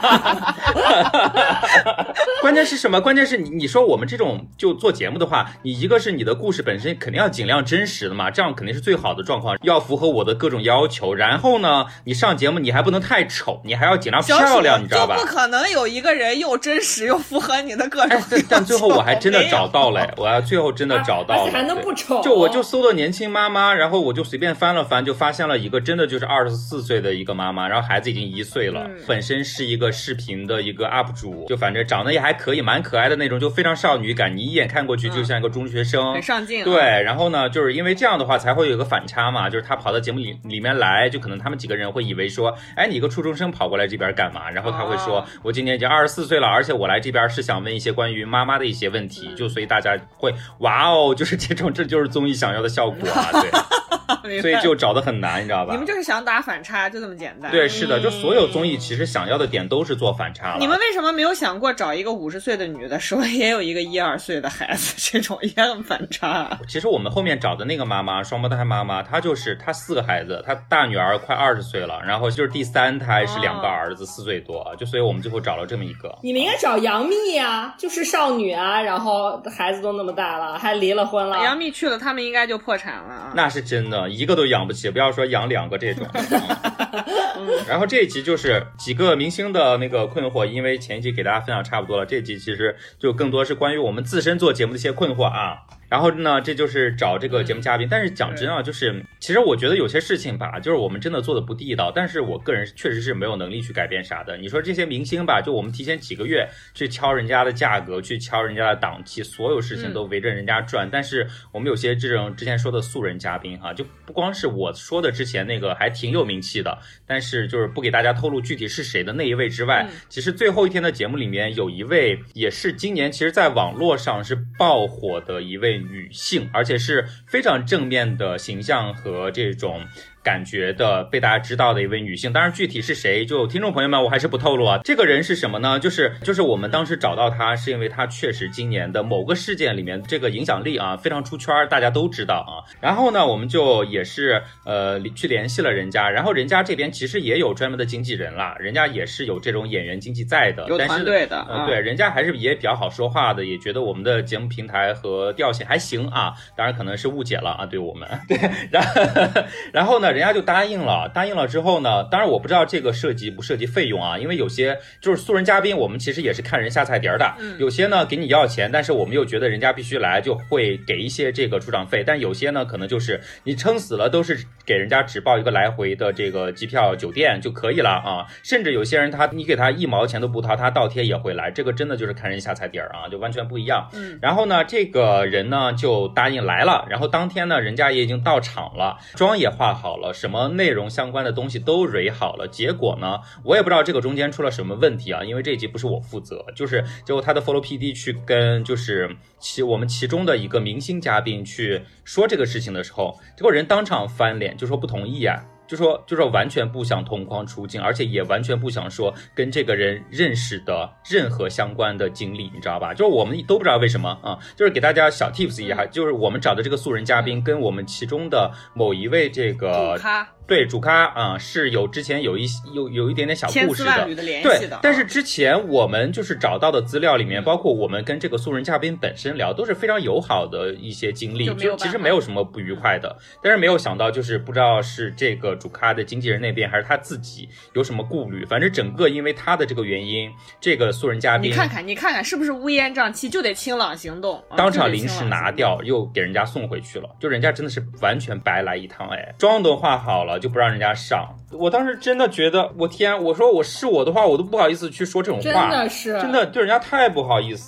关键是什么？关键是你说我们这种就做节目的话，你一个是你的故事本身肯定要尽量真实的嘛，这样肯定是最好的状况，要符合我的各种要求。然后呢，你上节目你还不能太丑，你还要尽量漂亮，你知道吧？ 就不可能有一个人又真实又符合你的各种要求。 但最后我还真的找到了，最后真的找到了， 而且还能不丑。 就我就搜的年轻妈妈，然后我就随便翻了翻，就发现了一个真的就是24岁的一个妈妈，然后孩子已经1岁了，本身是一个视频的一个 UP 主，就反正长得也还可以，蛮可爱的那种，就非常少女感，你一眼看过去就像一个中学生， 很上镜。 对，然后呢，就是因为这样的话才会有一个反差嘛，就是他跑到节目里面来，就可能他们几个人会以为说，哎，你一个初中生跑过来这边干嘛？然后他会说，我今年已经24岁了，而且我来这边是想问一些关于妈妈的一些问题，就所以大家会哇哦，就是这就是综艺想要的效果啊，对。所以就找得很难，你知道吧？ 你们就是想打反差，就这么简单。 对，是的，就所有综艺其实想要的点都是做反差了。 你们为什么没有想过找一个50岁的女的，手里也有一个1、2岁的孩子，这种也很反差？ 其实我们后面找的那个妈妈，双胞胎妈妈，她4个孩子，她大女儿快20岁了，然后就是第3胎是2个儿子，4岁多，就所以我们最后找了这么一个。 你们应该找杨幂呀，就是少女啊，然后孩子都那么大了，还离了婚了。 杨幂去了，他们应该就破产了。 那是真的，一个都养不起，不要说养2个这种。然后这一集就是几个明星的那个困惑，因为前一集给大家分享差不多了，这一集其实就更多是关于我们自身做节目的一些困惑啊。然后呢，这就是找这个节目嘉宾，但是讲真啊，就是其实我觉得有些事情吧，就是我们真的做的不地道，但是我个人确实是没有能力去改变啥的。你说这些明星吧，就我们提前几个月去敲人家的价格，去敲人家的档期，所有事情都围着人家转，但是我们有些这种之前说的素人嘉宾哈，就不光是我说的之前那个还挺有名气的，但是就是不给大家透露具体是谁的那一位之外，其实最后一天的节目里面有一位也是今年其实在网络上是爆火的一位女性，而且是非常正面的形象和这种感觉的被大家知道的一位女性，当然具体是谁，就听众朋友们我还是不透露啊。这个人是什么呢？就是我们当时找到她，是因为她确实今年的某个事件里面这个影响力啊非常出圈，大家都知道啊。然后呢，我们就也是去联系了人家，然后人家这边其实也有专门的经纪人啦，人家也是有这种演员经纪在的， 有团队的， 对，人家还是也比较好说话的，也觉得我们的节目平台和调性还行啊，当然可能是误解了啊，对我们对，然后呢。人家就答应了之后呢，当然我不知道这个涉及不涉及费用啊，因为有些就是素人嘉宾，我们其实也是看人下菜碟的，有些呢给你要钱，但是我们又觉得人家必须来，就会给一些这个出场费，但有些呢可能就是你撑死了都是给人家只报一个来回的这个机票酒店就可以了啊，甚至有些人你给他1毛钱都不掏，他倒贴也会来，这个真的就是看人下菜碟啊，就完全不一样。然后呢这个人呢就答应来了，然后当天呢人家也已经到场了，妆也化好了，什么内容相关的东西都蕊好了，结果呢我也不知道这个中间出了什么问题啊，因为这一集不是我负责，就是结果他的 follow PD 去跟就是我们其中的一个明星嘉宾去说这个事情的时候，结果人当场翻脸就说不同意啊，就说完全不想同框出镜，而且也完全不想说跟这个人认识的任何相关的经历，你知道吧？就是我们都不知道为什么啊，就是给大家小 tips 一下，就是我们找的这个素人嘉宾跟我们其中的某一位这个主咖啊，是之前有一点点小故事的，对，但是之前我们就是找到的资料里面，包括我们跟这个素人嘉宾本身聊，都是非常友好的一些经历，就其实没有什么不愉快的，但是没有想到就是不知道是这个主咖的经纪人那边还是他自己有什么顾虑，反正整个因为他的这个原因，这个素人嘉宾你看看是不是乌烟瘴气，就得清朗行动， 当场临时拿掉，又给人家送回去了，就人家真的是完全白来一趟，哎，妆都化好了就不让人家上，我当时真的觉得我天，我说我是我的话我都不好意思去说这种话， 真的是真的对人家太不好意思了。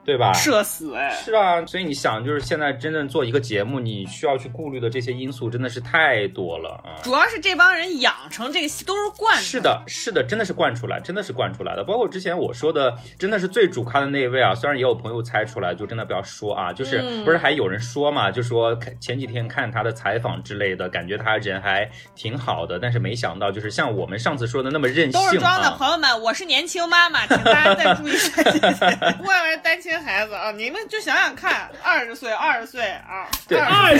对吧？ 社死哎， 是啊，所以你想，就是现在真正做一个节目，你需要去顾虑的这些因素真的是太多了啊。 主要是这帮人养成这个都是惯出来的。 是的，真的是惯出来，真的是惯出来的。包括之前我说的，真的是最主咖的那一位啊，虽然也有朋友猜出来，就真的不要说啊，就是不是还有人说嘛，就说前几天看他的采访之类的，感觉他人还挺好的，但是没想到就是像我们上次说的那么任性啊。 都是装的，朋友们，我是年轻妈妈，请大家再注意一下这些。不外面单亲孩子啊，你们就想想看，20岁啊， 对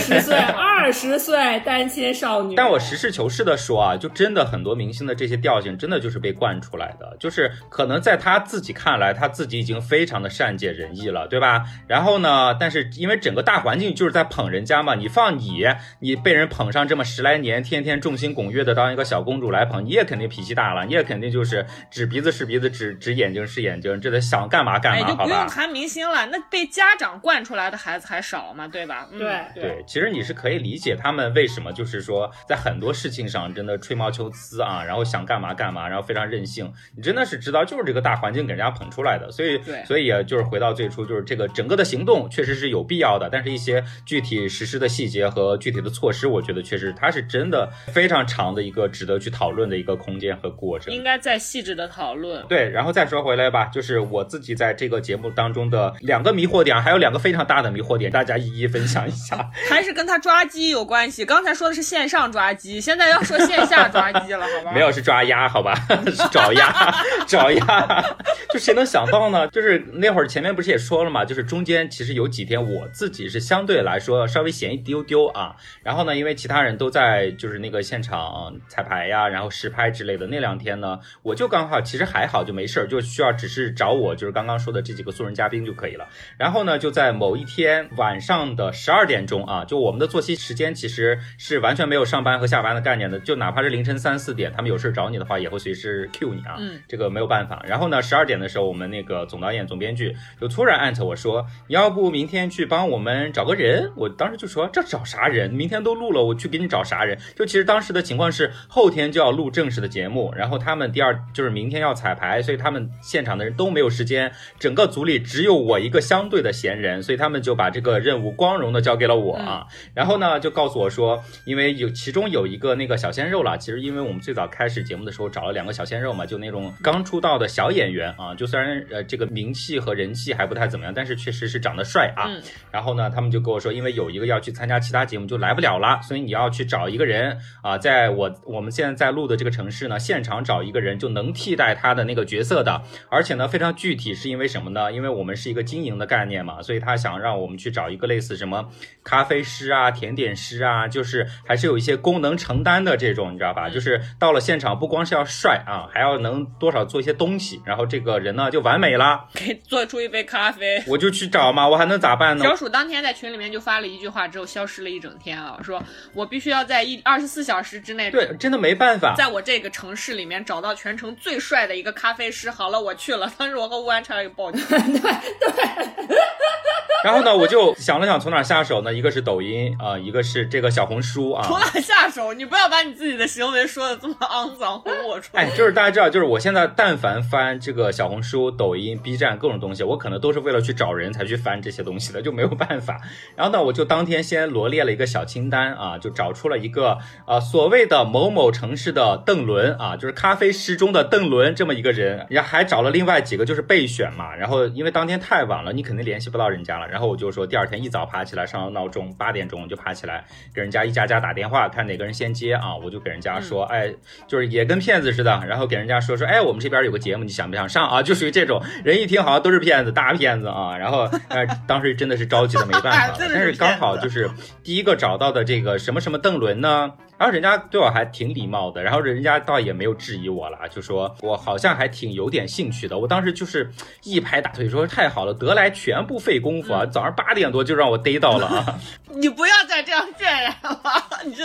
，20岁单亲少女。 但我实事求是的说啊，就真的很多明星的这些调性，真的就是被惯出来的，就是可能在他自己看来，他自己已经非常的善解人意了，对吧？然后呢，但是因为整个大环境就是在捧人家嘛，你放你被人捧上这么10来年，天天众星拱月的当一个小公主来捧，你也肯定脾气大了，你也肯定就是指鼻子是鼻子，指眼睛是眼睛，这得想干嘛干嘛， 就不用谈明星了，那被家长惯出来的孩子还少嘛，对吧？ 对， 其实你是可以理解他们为什么就是说在很多事情上真的吹毛求疵啊，然后想干嘛干嘛，然后非常任性，你真的是知道就是这个大环境给人家捧出来的，所以也就是回到最初，就是这个整个的行动确实是有必要的，但是一些具体实施的细节和具体的措施，我觉得确实它是真的非常长的一个值得去讨论的一个空间和过程， 应该再细致的讨论。 对，然后再说回来吧，就是我自己在这个节目当中的2个迷惑点，还有2个非常大的迷惑点，大家一一分享一下。 还是跟他抓鸡有关系，刚才说的是线上抓鸡，现在要说线下抓鸡了，好吧？ 没有，是抓鸭，好吧？是找鸭，就谁能想到呢？就是那会儿前面不是也说了嘛，就是中间其实有几天我自己是相对来说稍微闲一丢丢啊，然后呢，因为其他人都在就是那个现场彩排呀，然后实拍之类的，那2天呢，我就刚好其实还好，就没事，就需要只是找我就是刚刚说的这几个素人嘉宾就可以了。然后呢，就在某一天晚上的12点钟啊，就我们的作息时间其实是完全没有上班和下班的概念的，就哪怕是凌晨3、4点，他们有事找你的话，也会随时 Q 你啊，这个没有办法。然后呢，12点的时候，我们那个总导演、总编剧就突然艾特我说，你要不明天去帮我们找个人？我当时就说这找啥人？明天都录了，我去给你找啥人？就其实当时的情况是后天就要录正式的节目，然后他们就是明天要彩排，所以他们现场的人都没有时间，整个组里只有我一个相对的闲人，所以他们就把这个任务光荣的交给了我啊。然后呢，就告诉我说，因为其中有一个那个小鲜肉了，其实因为我们最早开始节目的时候找了2个小鲜肉嘛，就那种刚出道的小演员啊，就虽然这个名气和人气还不太怎么样，但是确实是长得帅啊。然后呢，他们就跟我说，因为有一个要去参加其他节目就来不了了，所以你要去找一个人啊，在我们现在在录的这个城市呢，现场找一个人就能替代他的那个角色的，而且呢非常具体，是因为什么呢？因为我们是一个经营的概念嘛，所以他想让我们去找一个类似什么咖啡师啊、甜点师啊，就是还是有一些功能承担的这种，你知道吧？就是到了现场不光是要帅啊，还要能多少做一些东西，然后这个人呢就完美了， 可以做出一杯咖啡。 我就去找嘛，我还能咋办呢？ 小鼠当天在群里面就发了一句话之后消失了一整天啊，说我必须要在24小时之内， 对，真的没办法， 在我这个城市里面找到全城最帅的一个咖啡师。好了，我去了，当时我和吴安差点给报警。 对。 然后呢，我就想了想从哪下手呢？一个是抖音啊，一个是这个小红书啊。 从哪下手？你不要把你自己的行为说的这么肮脏和龌龊。 哎，就是大家知道，就是我现在但凡翻这个小红书、抖音、B 站各种东西，我可能都是为了去找人才去翻这些东西的，就没有办法。然后呢，我就当天先罗列了一个小清单啊，就找出了一个所谓的某某城市的邓伦啊，就是咖啡师中的邓伦这么一个人，然后还找了另外几个就是备选嘛。然后因为当天太晚了，你肯定联系不到人家了。然后我就说第二天一早爬起来上闹钟，8点钟就爬起来给人家一家打电话，看哪个人先接啊。我就给人家说，哎，就是也跟骗子似的，然后给人家说，哎，我们这边有个节目，你想不想上啊？就属于这种人，一听好像都是骗子，大骗子啊。然后当时真的是着急的没办法了，但是刚好就是第一个找到的这个什么什么邓伦呢，然后人家对我还挺礼貌的，然后人家倒也没有质疑我了，就说我好像还挺有点兴趣的。我当时就是一拍大腿说太好了，得来全不费功夫啊，早上8点多就让我逮到了啊。 你不要再这样渲染了，你真的好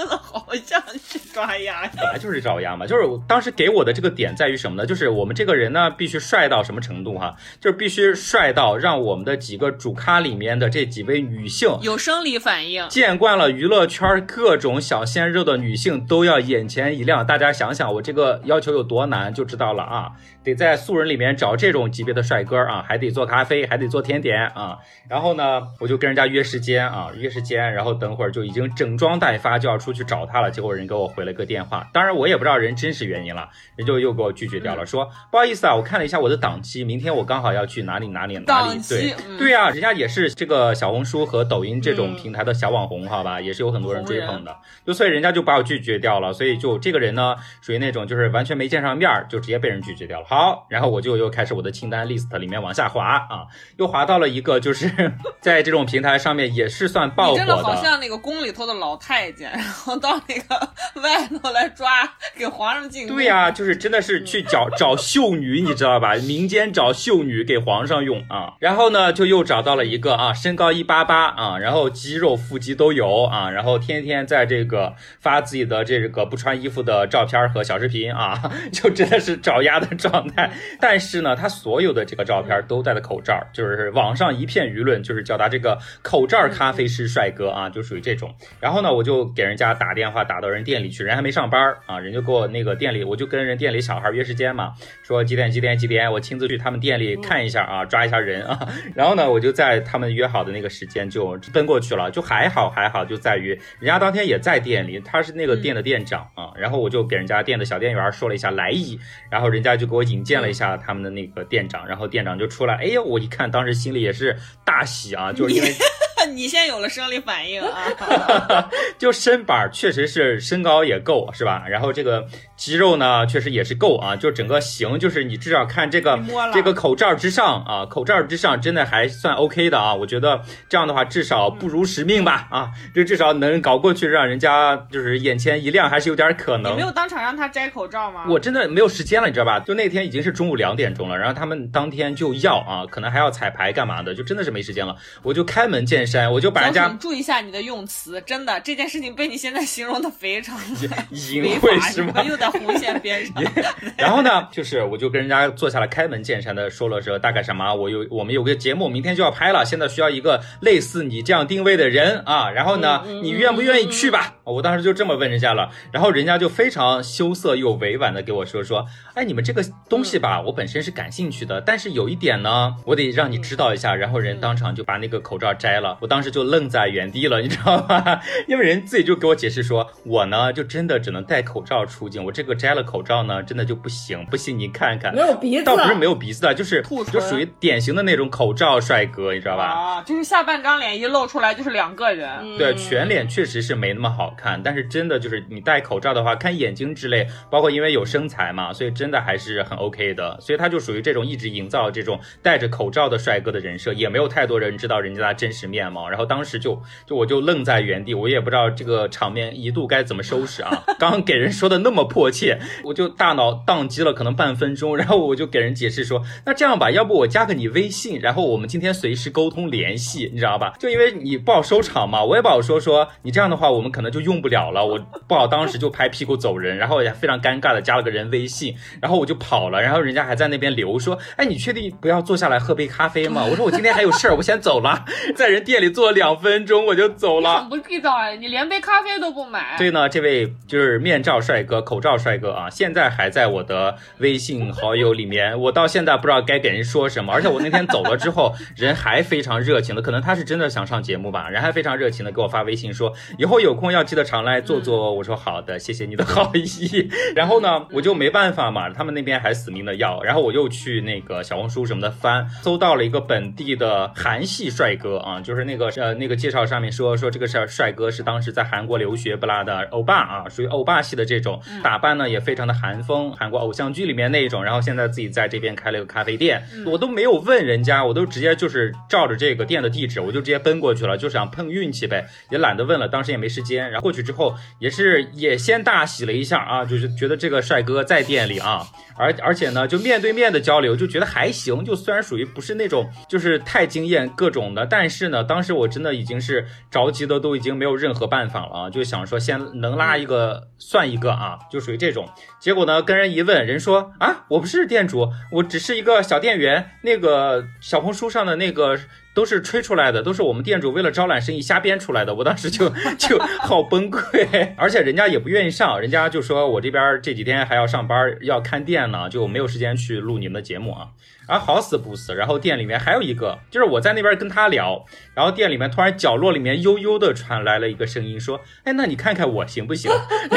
像去抓鸭， 本来就是找鸭嘛。就是我当时给我的这个点在于什么呢？就是我们这个人呢，必须帅到什么程度哈？就是必须帅到让我们的几个主咖里面的这几位女性有生理反应， 见惯了娱乐圈各种小鲜肉的女性都要眼前一亮。大家想想我这个要求有多难就知道了啊！得在素人里面找这种级别的帅哥啊，还得做咖啡，还得做甜点啊。然后呢，我就跟人家约时间啊，然后等会儿就已经整装待发就要出去找他了。结果人给我回了个电话，当然我也不知道人真实原因了，人就又给我拒绝掉了，说不好意思啊，我看了一下我的档期，明天我刚好要去哪里。对啊，人家也是这个小红书和抖音这种平台的小网红，好吧，也是有很多人追捧的，就所以人家就把我拒绝掉了。所以就这个人呢，属于那种就是完全没见上面就直接被人拒绝掉了。好，然后我就又开始我的清单 list 里面往下滑啊，又滑到了一个就是在这种平台上面也是算爆火的。 你真的好像那个宫里头的老太监，然后到那个外头来抓给皇上进贡。 对呀，就是真的是去找秀女，你知道吧？民间找秀女给皇上用啊。然后呢，就又找到了一个啊，身高188啊，然后肌肉腹肌都有啊，然后天天在这个发自己的这个不穿衣服的照片和小视频啊，就真的是找鸭的状态。但是呢，他所有的这个照片都戴的口罩，就是网上一片舆论就是叫他这个口罩咖啡师帅哥啊，就属于这种。然后呢，我就给人家打电话打到人店里去，人还没上班啊，人就给我那个店里，我就跟人店里小孩约时间嘛，说几点，我亲自去他们店里看一下啊，抓一下人啊。然后呢，我就在他们约好的那个时间就奔过去了，就还好，就在于人家当天也在店里，他是那个店的店长啊。然后我就给人家店的小店员说了一下来意，然后人家就给我引荐了一下他们的那个店长，然后店长就出来，哎呀，我一看当时心里也是大喜啊，就是因为你先有了生理反应啊， 就身板确实是身高也够是吧？然后这个肌肉呢确实也是够啊，就整个型就是你至少看这个口罩之上啊，口罩之上真的还算 OK 的啊，我觉得这样的话至少不辱使命吧啊，就至少能搞过去让人家就是眼前一亮，还是有点可能。 你没有当场让他摘口罩吗？ 我真的没有时间了，你知道吧？就那天已经是中午2点钟了，然后他们当天就要啊，可能还要彩排干嘛的，就真的是没时间了。我就开门见山，我就把人家注意一下你的用词，真的这件事情被你现在形容的非常淫秽是吗？ 又在红线边上。 然后呢，就是我就跟人家坐下来开门见山的说了大概什么，我们有个节目明天就要拍了，现在需要一个类似你这样定位的人啊，然后呢，你愿不愿意去吧？我当时就这么问人家了，然后人家就非常羞涩又委婉的给我说，哎，你们这个东西吧，我本身是感兴趣的，但是有一点呢，我得让你知道一下。然后人当场就把那个口罩摘了，我当时就愣在原地了，你知道吗？因为人自己就给我解释说，我呢就真的只能戴口罩出境，我这个摘了口罩呢，真的就不行你看看， 没有鼻子， 倒不是没有鼻子的，就是就属于典型的那种口罩帅哥，你知道吧？ 啊，就是下半张脸一露出来就是2个人。 对，全脸确实是没那么好看，但是真的就是你戴口罩的话，看眼睛之类，包括因为有身材嘛，所以真的还是很 OK 的。所以他就属于这种一直营造这种戴着口罩的帅哥的人设，也没有太多人知道人家的真实面貌。然后当时我就愣在原地，我也不知道这个场面一度该怎么收拾啊。刚刚给人说的那么迫切，我就大脑宕机了可能半分钟，然后我就给人解释说，那这样吧，要不我加个你微信，然后我们今天随时沟通联系，你知道吧？就因为你不好收场嘛，我也不好说你这样的话我们可能就用不了了，我不好当时就拍屁股走人，然后也非常尴尬的加了个人微信，然后我就跑了，然后人家还在那边留说，哎，你确定不要坐下来喝杯咖啡吗？我说我今天还有事儿，我先走了，在人店里坐了2分钟我就走了。 你很不地道哎，你连杯咖啡都不买。 对呢，这位就是面罩帅哥、口罩帅哥啊，现在还在我的微信好友里面，我到现在不知道该给人说什么，而且我那天走了之后，人还非常热情的，可能他是真的想上节目吧，人还非常热情的给我发微信说，以后有空要记得常来坐坐。我说好的，谢谢你的好意。然后呢，我就没办法嘛，他们那边还死命的要，然后我又去那个小红书什么的翻，搜到了一个本地的韩系帅哥啊，就是那个介绍上面说这个帅哥是当时在韩国留学不拉的欧巴啊，属于欧巴系的这种打扮呢，也非常的韩风，韩国偶像剧里面那一种，然后现在自己在这边开了一个咖啡店，我都没有问人家，我都直接就是照着这个店的地址，我就直接奔过去了，就想碰运气呗，也懒得问了，当时也没时间。然然后过去之后也先大喜了一下啊，就是觉得这个帅哥在店里啊，而且呢就面对面的交流就觉得还行，就虽然属于不是那种就是太惊艳各种的，但是呢当时我真的已经是着急的都已经没有任何办法了啊，就想说先能拉一个算一个啊，就属于这种。结果呢跟人一问，人说啊我不是店主，我只是一个小店员，那个小红书上的那个都是吹出来的，都是我们店主为了招揽生意瞎编出来的。我当时就好崩溃，而且人家也不愿意上，人家就说我这边这几天还要上班要看店呢，就没有时间去录你们的节目啊。然后好死不死，然后店里面还有一个，就是我在那边跟他聊，然后店里面突然角落里面悠悠的传来了一个声音说，哎，那你看看我行不行？ 妈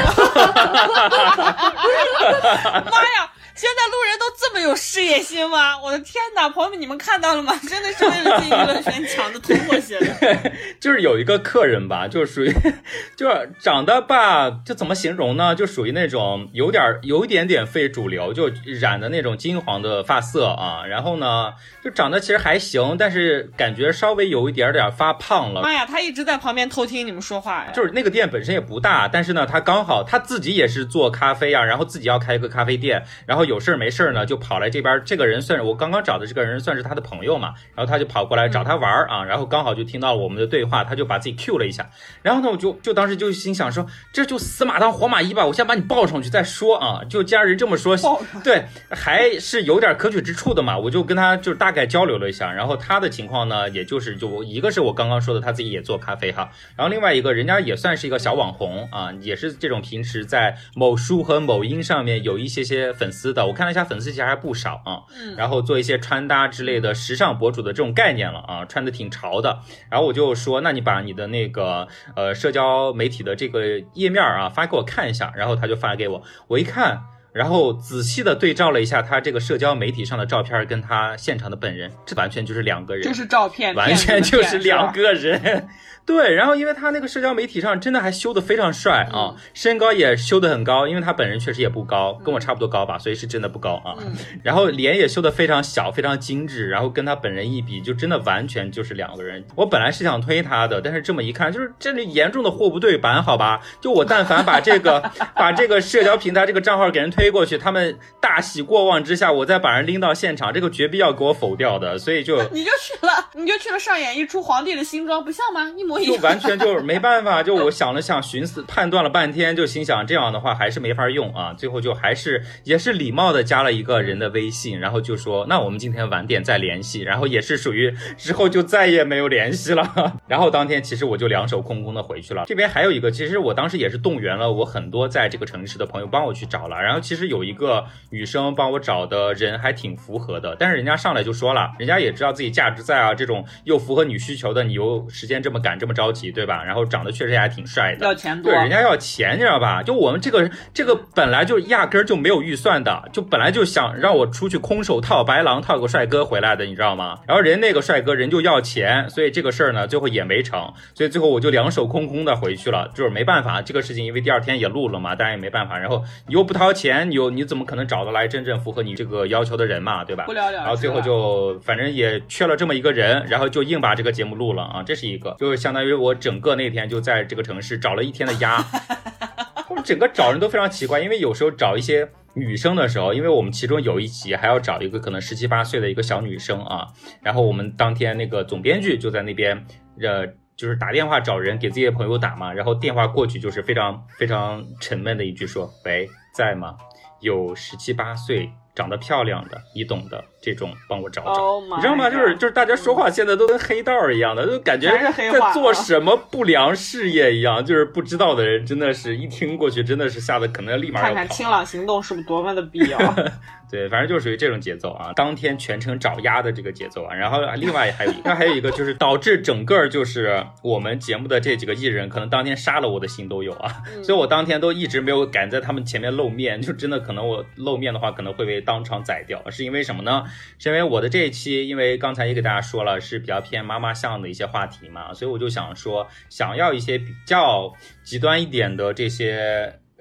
呀！现在路人都这么有事业心吗？我的天哪，朋友们，你们看到了吗？真的是为了进娱乐圈抢的头破血流。 就是有一个客人吧，就属于就是长得吧，就怎么形容呢？就属于那种有一点点非主流，就染的那种金黄的发色啊，然后呢就长得其实还行，但是感觉稍微有一点点发胖了。 妈呀，他一直在旁边偷听你们说话呀。 就是那个店本身也不大，但是呢他刚好他自己也是做咖啡啊，然后自己要开一个咖啡店，然后有事没事呢就跑来这边，这个人算是我刚刚找的这个人算是他的朋友嘛，然后他就跑过来找他玩啊，然后刚好就听到了我们的对话，他就把自己 Q 了一下，然后呢我就当时就心想说这就死马当活马医吧，我先把你抱上去再说啊，就既然人这么说，对，还是有点可取之处的嘛，我就跟他就大概交流了一下，然后他的情况呢也就是就一个是我刚刚说的他自己也做咖啡哈，然后另外一个人家也算是一个小网红啊，也是这种平时在某书和某音上面有一些粉丝的，我看了一下粉丝其实还不少啊，然后做一些穿搭之类的时尚博主的这种概念了啊，穿的挺潮的，然后我就说那你把你的那个社交媒体的这个页面啊发给我看一下，然后他就发给我，我一看，然后仔细的对照了一下他这个社交媒体上的照片跟他现场的本人，这完全就是两个人， 就是照片， 完全就是两个人。对，然后因为他那个社交媒体上真的还修得非常帅啊，身高也修得很高，因为他本人确实也不高，跟我差不多高吧，所以是真的不高啊。然后脸也修得非常小，非常精致，然后跟他本人一比，就真的完全就是两个人。我本来是想推他的，但是这么一看，就是这里严重的货不对版，好吧？就我但凡把这个社交平台这个账号给人推过去，他们大喜过望之下，我再把人拎到现场，这个绝逼要给我否掉的，所以就你就去了上演一出皇帝的新装，不像吗？一模一样， 就完全就是没办法，就我想了想，寻思判断了半天，就心想这样的话还是没法用啊，最后就也是礼貌的加了一个人的微信，然后就说那我们今天晚点再联系，然后也是属于之后就再也没有联系了。然后当天其实我就两手空空的回去了。这边还有一个，其实我当时也是动员了我很多在这个城市的朋友帮我去找了，然后其实有一个女生帮我找的人还挺符合的，但是人家上来就说了，人家也知道自己价值在啊，这种又符合你需求的，你又时间这么赶这么着急，对吧？然后长得确实还挺帅的， 要钱多， 对，人家要钱，你知道吧？就我们这个本来就压根儿就没有预算的，就本来就想让我出去空手套白狼，套个帅哥回来的，你知道吗？然后人那个帅哥人就要钱，所以这个事儿呢最后也没成，所以最后我就两手空空的回去了，就是没办法，这个事情因为第二天也录了嘛，当然也没办法，然后你又不掏钱，你怎么可能找得来真正符合你这个要求的人嘛，对吧？ 不了了之。 然后最后就反正也缺了这么一个人，然后就硬把这个节目录了啊，这是一个，就是相当于我整个那天就在这个城市找了一天的鸭。我整个找人都非常奇怪，因为有时候找一些女生的时候，因为我们其中有一集还要找一个可能17、18岁的一个小女生啊，然后我们当天那个总编剧就在那边就是打电话找人给自己的朋友打嘛，然后电话过去就是非常非常沉闷的一句说，喂，在吗？有17、18岁长得漂亮的，你懂的，这种帮我找找，你知道吗？就是大家说话现在都跟黑道一样的，就感觉在做什么不良事业一样，就是不知道的人真的是一听过去真的是吓得可能立马要跑。 看看清朗行动是不是多么的必要。 对，反正就属于这种节奏啊，当天全程找鸭的这个节奏啊。然后另外还有一个就是导致整个就是我们节目的这几个艺人可能当天杀了我的心都有啊，所以我当天都一直没有敢在他们前面露面，就真的可能我露面的话可能会被当场宰掉。是因为什么呢？是因为我的这一期因为刚才也给大家说了是比较偏妈妈向的一些话题嘛，所以我就想说想要一些比较极端一点的这些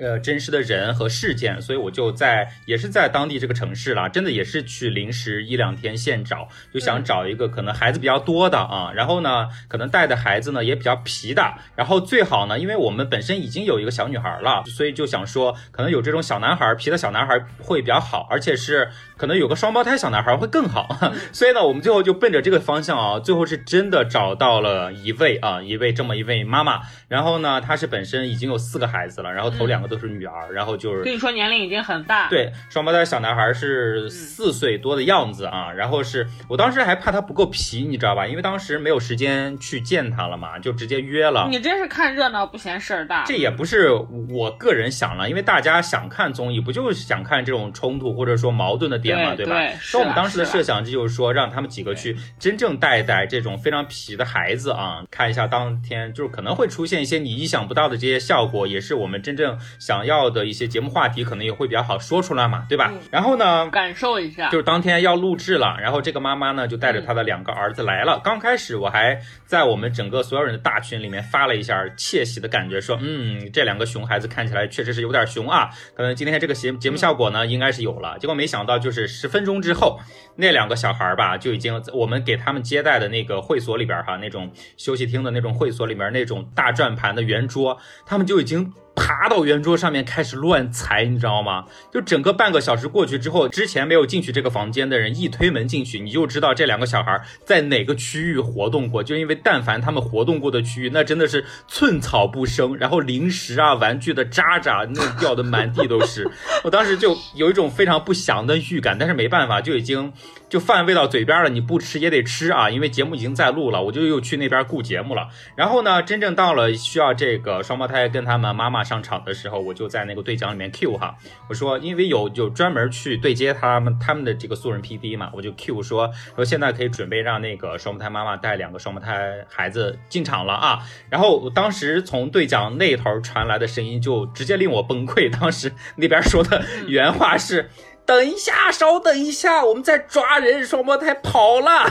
真实的人和事件，所以我就也是在当地这个城市啦，真的也是去临时1-2天现找，就想找一个可能孩子比较多的啊，然后呢可能带的孩子呢也比较皮的，然后最好呢，因为我们本身已经有一个小女孩了，所以就想说可能有这种小男孩，皮的小男孩会比较好，而且是可能有个双胞胎小男孩会更好，所以呢我们最后就奔着这个方向啊，最后是真的找到了一位妈妈，然后呢她是本身已经有4个孩子了，然后头2个都是女儿，然后就是跟你说年龄已经很大， 对，双胞胎小男孩是4岁多的样子啊，然后是我当时还怕他不够皮，你知道吧？因为当时没有时间去见他了嘛，就直接约了。 你真是看热闹不嫌事儿大。 这也不是我个人想了，因为大家想看综艺，不就是想看这种冲突或者说矛盾的点嘛，对吧？所以我们当时的设想就是说，让他们几个去真正带一带这种非常皮的孩子啊，看一下当天就是可能会出现一些你意想不到的这些效果，也是我们真正想要的一些节目话题，可能也会比较好说出来嘛，对吧？然后呢， 感受一下， 就是当天要录制了，然后这个妈妈呢就带着她的2个儿子来了。刚开始我还在我们整个所有人的大群里面发了一下窃喜的感觉，说这2个熊孩子看起来确实是有点熊啊，可能今天这个节目效果呢应该是有了。结果没想到就是10分钟之后，那2个小孩吧就已经我们给他们接待的那个会所里边哈，那种休息厅的那种会所里面那种大转盘的圆桌，他们就已经爬到圆桌上面开始乱踩，你知道吗？就整个半个小时过去之后，之前没有进去这个房间的人一推门进去，你就知道这2个小孩在哪个区域活动过，就因为但凡他们活动过的区域，那真的是寸草不生，然后零食啊玩具的渣渣那掉的满地都是。我当时就有一种非常不祥的预感，但是没办法，就已经饭喂到嘴边了，你不吃也得吃啊，因为节目已经在录了，我就又去那边顾节目了。然后呢，真正到了需要这个双胞胎跟他们妈妈上场的时候，我就在那个对讲里面 Q 哈，我说因为有专门去对接他们的这个素人 PD 嘛，我就 Q 说现在可以准备让那个双胞胎妈妈带2个双胞胎孩子进场了啊。然后当时从对讲那头传来的声音就直接令我崩溃，当时那边说的原话是等一下，稍等一下，我们在抓人，双胞胎跑了。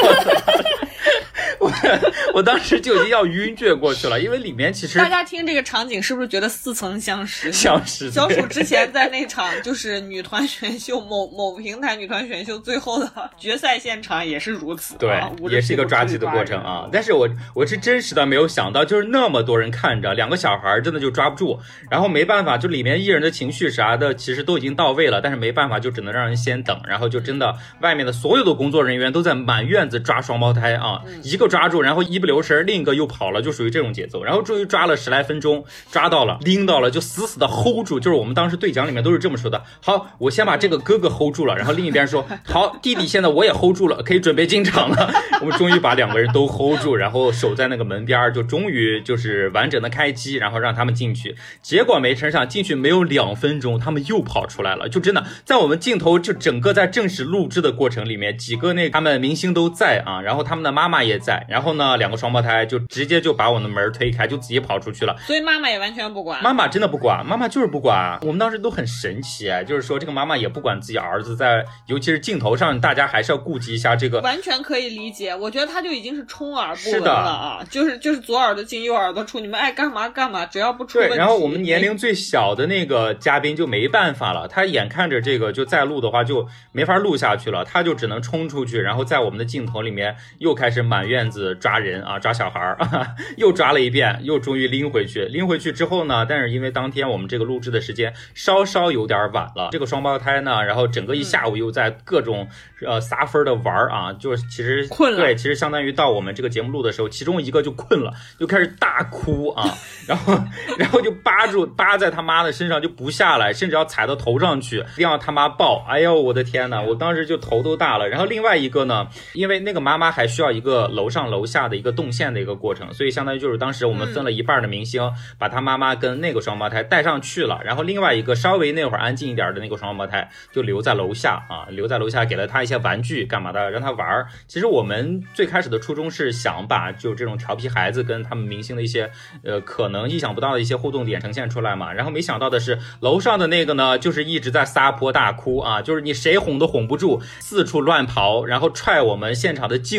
我当时就已经要晕厥过去了，因为里面其实大家听这个场景是不是觉得似曾相识？ 相识。 小鼠之前在那场就是女团选秀某平台女团选秀最后的决赛现场也是如此， 对，也是一个抓鸡的过程啊。但是我是真实的没有想到，就是那么多人看着2个小孩真的就抓不住，然后没办法，就里面艺人的情绪啥的其实都已经到位了，但是没办法，就只能让人先等，然后就真的外面的所有的工作人员都在满院子抓双胞胎啊，一个抓住，然后一不留神另一个又跑了，就属于这种节奏。然后终于抓了10来分钟，抓到了，拎到了，就死死的 hold 住，就是我们当时对讲里面都是这么说的。好，我先把这个哥哥 hold 住了，然后另一边说好，弟弟现在我也 hold 住了，可以准备进场了。我们终于把2个人都 hold 住，然后守在那个门边，就终于就是完整的开机，然后让他们进去。结果没成想进去没有2分钟，他们又跑出来了，就真的在我们镜头就整个在正式录制的过程里面，几个他们明星都在啊，然后他们的妈妈也在，然后呢2个双胞胎就直接就把我的门推开，就自己跑出去了。 所以妈妈也完全不管， 妈妈真的不管，妈妈就是不管。我们当时都很神奇，就是说这个妈妈也不管自己儿子在，尤其是镜头上，大家还是要顾及一下这个， 完全可以理解。我觉得他就已经是充耳不闻了啊，就是左耳朵进右耳朵出，你们爱干嘛干嘛，只要不出问题。 对，然后我们年龄最小的那个嘉宾就没办法了，他眼看着这个就再录的话就没法录下去了，他就只能冲出去，然后在我们的镜头里面又开始满院子抓人啊，抓小孩啊，又抓了一遍，又终于拎回去之后呢，但是因为当天我们这个录制的时间稍稍有点晚了，这个双胞胎呢，然后整个一下午又在各种撒分的玩啊，就是其实困了， 对，其实相当于到我们这个节目录的时候，其中一个就困了，就开始大哭啊，然后就扒在他妈的身上就不下来，甚至要踩到头上去，一定要他妈抱。哎呦我的天哪，我当时就头都大了。然后另外一个呢，因为那个妈妈还需要一个楼上楼下的一个动线的一个过程，所以相当于就是当时我们分了一半的明星，把他妈妈跟那个双胞胎带上去了，然后另外一个稍微那会儿安静一点的那个双胞胎就留在楼下啊，留在楼下给了他一些玩具干嘛的，让他玩。其实我们最开始的初衷是想把就这种调皮孩子跟他们明星的一些可能意想不到的一些互动点呈现出来嘛，然后没想到的是楼上的那个呢，就是一直在撒泼大哭啊，就是你谁哄都哄不住，四处乱跑，然后踹我们现场的镜子，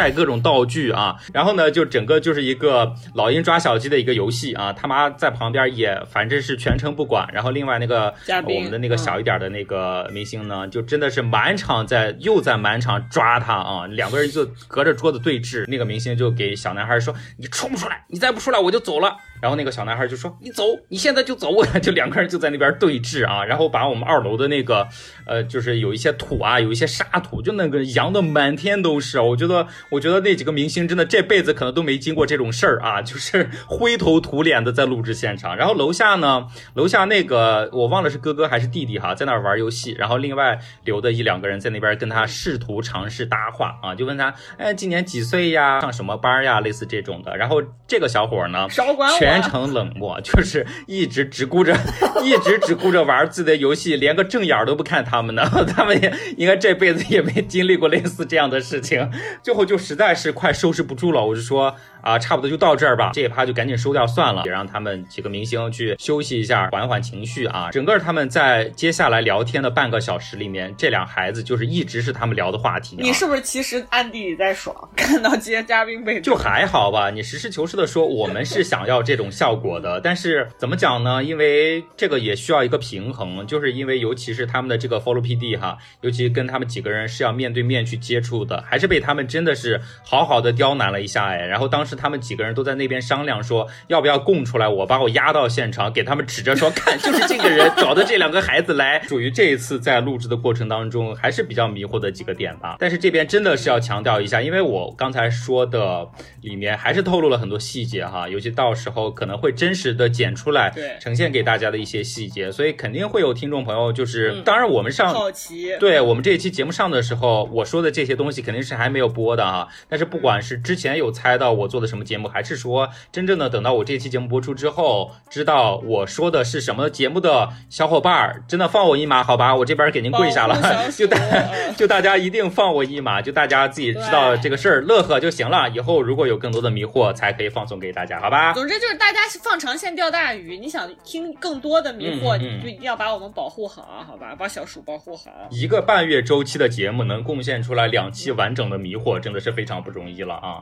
菜各种道具啊，然后呢就整个就是一个老鹰抓小鸡的一个游戏啊，他妈在旁边也反正是全程不管，然后另外那个我们的那个小一点的那个明星呢，就真的是满场在满场抓他啊，两个人就隔着桌子对峙，那个明星就给小男孩说你冲不出来，你再不出来我就走了，然后那个小男孩就说你走，你现在就走，就两个人就在那边对峙啊，然后把我们2楼的那个就是有一些土啊，有一些沙土，就那个扬的满天都是。我觉得那几个明星真的这辈子可能都没经过这种事儿啊，就是灰头土脸的在录制现场。然后楼下那个我忘了是哥哥还是弟弟哈，在那儿玩游戏，然后另外留的1-2个人在那边跟他试图尝试搭话啊，就问他今年几岁呀，上什么班呀，类似这种的。然后这个小伙呢全程冷漠，就是一直只顾着玩自己的游戏，连个正眼都不看他们呢。他们也应该这辈子也没经历过类似这样的事情，最后就实在是快收拾不住了，我就说差不多就到这儿吧，这一趴就赶紧收掉算了，也让他们几个明星去休息一下，缓缓情绪啊。整个他们在接下来聊天的半个小时里面，这俩孩子就是一直是他们聊的话题。 你是不是其实暗地里在爽，看到接嘉宾被就还好吧？你实事求是的说，我们是想要这种效果的，但是怎么讲呢？因为这个也需要一个平衡，就是因为尤其是他们的这个 follow PD 哈，尤其跟他们几个人是要面对面去接触的，还是被他们真的是好好的刁难了一下然后当时他们几个人都在那边商量说要不要供出来，我把我押到现场给他们指着说看就是这个人找的这2个孩子来，属于这一次在录制的过程当中还是比较迷惑的几个点吧。但是这边真的是要强调一下，因为我刚才说的里面还是透露了很多细节哈，尤其到时候可能会真实的剪出来呈现给大家的一些细节，所以肯定会有听众朋友就是当然我们好奇， 对我们这一期节目上的时候我说的这些东西肯定是还没有播的啊，但是不管是之前有猜到我做的什么节目，还是说真正的等到我这期节目播出之后知道我说的是什么节目的小伙伴，真的放我一马好吧，我这边给您跪下了，就大家一定放我一马，就大家自己知道这个事儿乐呵就行了，以后如果有更多的迷惑才可以放送给大家好吧。 总之就是大家放长线钓大鱼，你想听更多的迷惑你就一定要把我们保护好好吧，把小鼠保护好。 1个半月周期的节目能贡献出来2期完整的迷惑，真的是非常不容易了啊。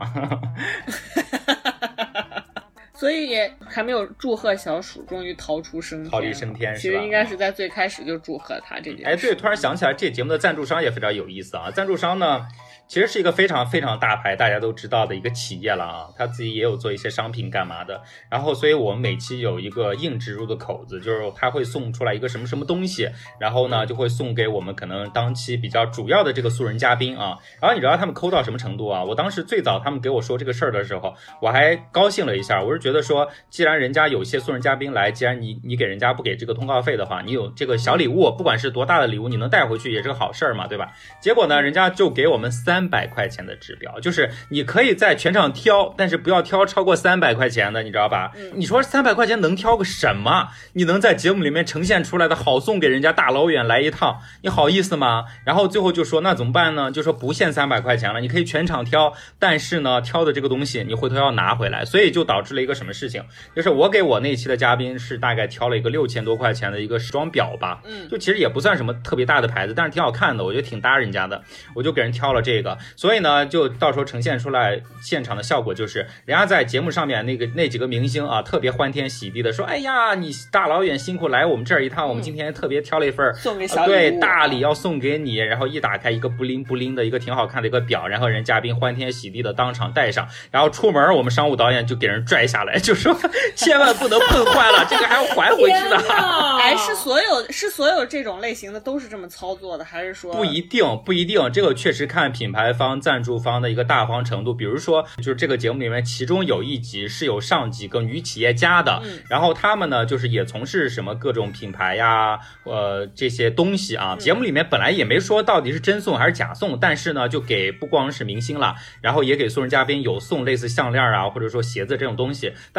所以也还没有祝贺小鼠终于逃离升天，其实应该是在最开始就祝贺他这件事。 对，突然想起来这节目的赞助商也非常有意思啊，赞助商呢其实是一个非常非常大牌大家都知道的一个企业了啊，他自己也有做一些商品干嘛的，然后所以我们每期有一个硬植入的口子，就是他会送出来一个什么什么东西，然后呢就会送给我们可能当期比较主要的这个素人嘉宾啊。然后你知道他们抠到什么程度啊，我当时最早他们给我说这个事儿的时候我还高兴了一下，我是觉得说既然人家有些素人嘉宾来，既然你给人家不给这个通告费的话，你有这个小礼物，不管是多大的礼物你能带回去也是个好事儿嘛，对吧？结果呢人家就给我们300块钱的指标，就是你可以在全场挑，但是不要挑超过300块钱的，你知道吧？你说300块钱能挑个什么？你能在节目里面呈现出来的好送给人家大老远来一趟，你好意思吗？然后最后就说那怎么办呢？就说不限300块钱了，你可以全场挑，但是呢挑的这个东西你回头要拿回来，所以就导致了一个什么事情，就是我给我那期的嘉宾是大概挑了一个6000多块钱的一个时装表吧，就其实也不算什么特别大的牌子，但是挺好看的，我觉得挺搭人家的，我就给人挑了这个，所以呢就到时候呈现出来现场的效果就是人家在节目上面那几个明星啊特别欢天喜地的说，哎呀你大老远辛苦来我们这儿一趟，我们今天特别挑了一份送给小礼物， 对，大礼要送给你，然后一打开一个不灵不灵的一个挺好看的一个表，然后人嘉宾欢天喜地的当场戴上，然后出门我们商务导演就给人拽下来，就说千万不能碰坏了，这个还要还回去的。 哎，是所有这种类型的都是这么操作的，还是说不一定，这个确实看品牌方赞助方的一个大方程度。比如说就是这个节目里面其中有一集是有上几个女企业家的，然后他们呢就是也从事什么各种品牌呀这些东西啊，节目里面本来也没说到底是真送还是假送，但是呢就给不光是明星了，然后也给素人嘉宾有送类似项链啊或者说鞋子这种东西，但完了之后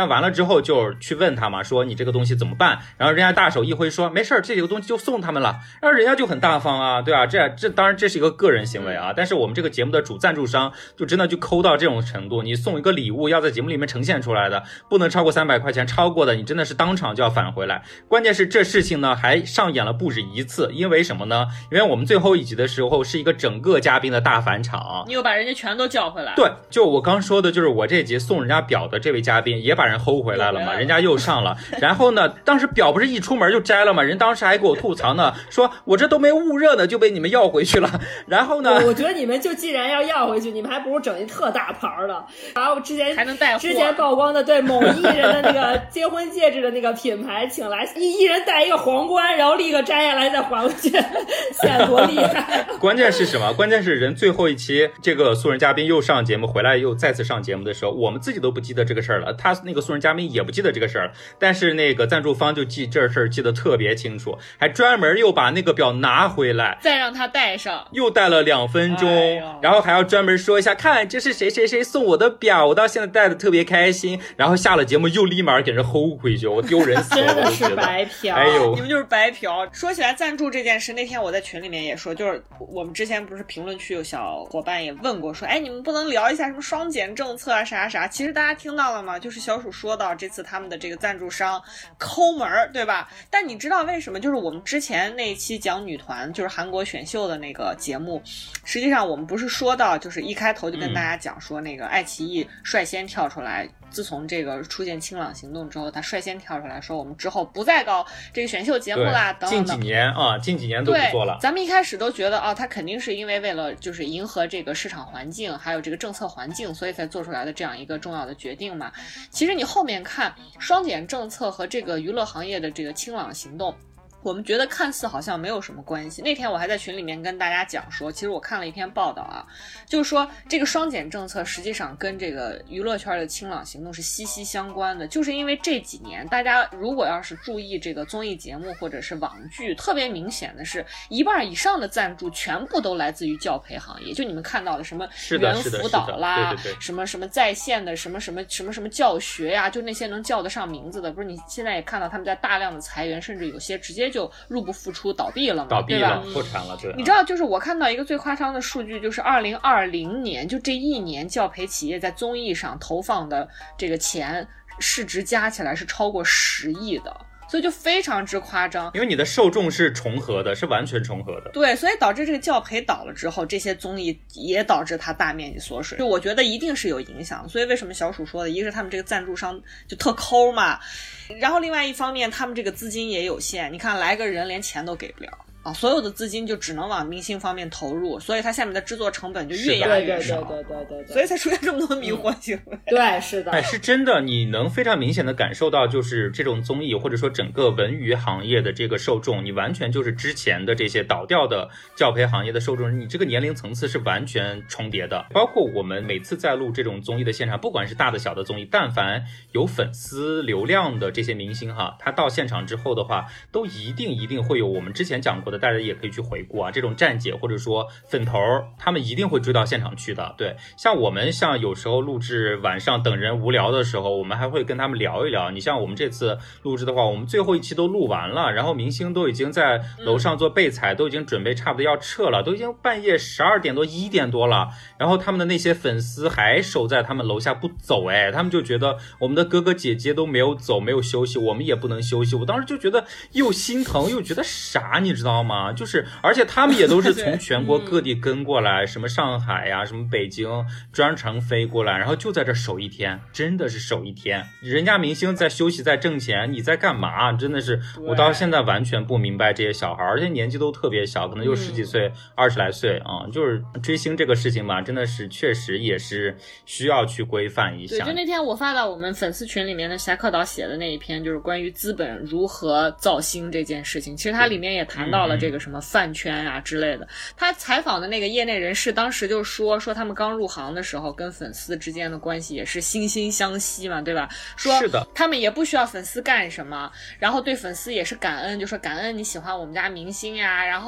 后就去问他嘛，说你这个东西怎么办？然后人家大手一挥说没事，这几个东西就送他们了，然后人家就很大方啊，对啊，这当然这是一个个人行为啊，但是我们这个节目的主赞助商就真的就抠到这种程度，你送一个礼物要在节目里面呈现出来的，不能超过300块钱，超过的你真的是当场就要返回来。关键是这事情呢还上演了不止一次，因为什么呢？因为我们最后一集的时候是一个整个嘉宾的大返场， 你又把人家全都叫回来。 对，就我刚说的，就是我这集送人家表的这位嘉宾也把人齁回来了嘛，人家又上了，然后呢，当时表不是一出门就摘了嘛，人当时还给我吐槽呢，说我这都没捂热呢就被你们要回去了。然后呢， 我觉得你们就既然要回去，你们还不如整一特大牌的，然后之前还能带货， 之前曝光的对某艺人的那个结婚戒指的那个品牌，请来一人戴一个皇冠，然后立刻摘下来再还回去，显得多厉害。 关键是什么？关键是人最后一期这个素人嘉宾又上节目回来，又再次上节目的时候，我们自己都不记得这个事儿了，他那个素人嘉宾也不记得这个事儿了，但是那个赞助方就记这事儿记得特别清楚，还专门又把那个表拿回来， 再让他戴上， 又戴了2分钟，然后还要专门说一下，看这是谁谁谁送我的表，我到现在戴的特别开心，然后下了节目又立马给人齁回去，我丢人死了。 真的是白嫖， 哎呦， 你们就是白嫖。说起来赞助这件事，那天我在群里面也说，就是我们之前不是评论区有小伙伴也问过说，哎，你们不能聊一下什么双减政策啊啥啥？其实大家听到了吗？就是小鼠说到这次他们的这个赞助商抠门，对吧？但你知道为什么？就是我们之前那一期讲女团，就是韩国选秀的那个节目，实际上我们不是说到，就是一开头就跟大家讲说，那个爱奇艺率先跳出来，自从这个出现清朗行动之后，他率先跳出来说，我们之后不再搞这个选秀节目啦，等等。 近几年都不做了。 咱们一开始都觉得他肯定是因为为了就是迎合这个市场环境，还有这个政策环境，所以才做出来的这样一个重要的决定嘛。其实你后面看双减政策和这个娱乐行业的这个清朗行动，我们觉得看似好像没有什么关系。那天我还在群里面跟大家讲说，其实我看了一篇报道啊，就是说这个双减政策实际上跟这个娱乐圈的清朗行动是息息相关的。就是因为这几年大家如果要是注意这个综艺节目或者是网剧，特别明显的是1半以上的赞助全部都来自于教培行业，就你们看到的什么原辅导啦， 对什么在线的什么教学呀，就那些能叫得上名字的，不是你现在也看到他们在大量的裁员，甚至有些直接就入不敷出，倒闭了嘛， 对吧？破产了，对。 你知道，就是我看到一个最夸张的数据，就是2020年，就这一年，教培企业在综艺上投放的这个钱市值加起来是超过10亿的。所以就非常之夸张， 因为你的受众是重合的，是完全重合的。 对，所以导致这个教培倒了之后，这些综艺也导致它大面积缩水。就我觉得一定是有影响。所以为什么小鼠说的，一个是他们这个赞助商就特抠嘛，然后另外一方面他们这个资金也有限，你看来个人连钱都给不了。所有的资金就只能往明星方面投入，所以它下面的制作成本就越压越少， 对， 所以才出现这么多迷惑行为。 对，是的， 是真的，你能非常明显的感受到，就是这种综艺或者说整个文娱行业的这个受众，你完全就是之前的这些倒掉的教培行业的受众，你这个年龄层次是完全重叠的。包括我们每次在录这种综艺的现场，不管是大的小的综艺，但凡有粉丝流量的这些明星哈，他到现场之后的话，都一定会有我们之前讲过的，大家也可以去回顾啊，这种站姐或者说粉头，他们一定会追到现场去的。对，像我们有时候录制晚上等人无聊的时候，我们还会跟他们聊一聊。你像我们这次录制的话，我们最后一期都录完了，然后明星都已经在楼上做备采，都已经准备差不多要撤了，都已经半夜12点多1点多了，然后他们的那些粉丝还守在他们楼下不走，他们就觉得我们的哥哥姐姐都没有走，没有休息，我们也不能休息。我当时就觉得又心疼又觉得傻，你知道吗？就是而且他们也都是从全国各地跟过来，什么上海呀，什么北京专程飞过来，然后就在这守一天，真的是守一天。人家明星在休息在挣钱，你在干嘛？真的是我到现在完全不明白这些小孩，而且年纪都特别小，可能就10几岁20来岁啊，就是追星这个事情吧，真的是确实也是需要去规范一下。 对，就那天我发到我们粉丝群里面的侠客导写的那一篇，就是关于资本如何造星这件事情，其实它里面也谈到了这个什么饭圈啊之类的。他采访的那个业内人士当时就说他们刚入行的时候跟粉丝之间的关系也是惺惺相惜嘛，对吧？说是的， 他们也不需要粉丝干什么，然后对粉丝也是感恩，就说感恩你喜欢我们家明星呀，然后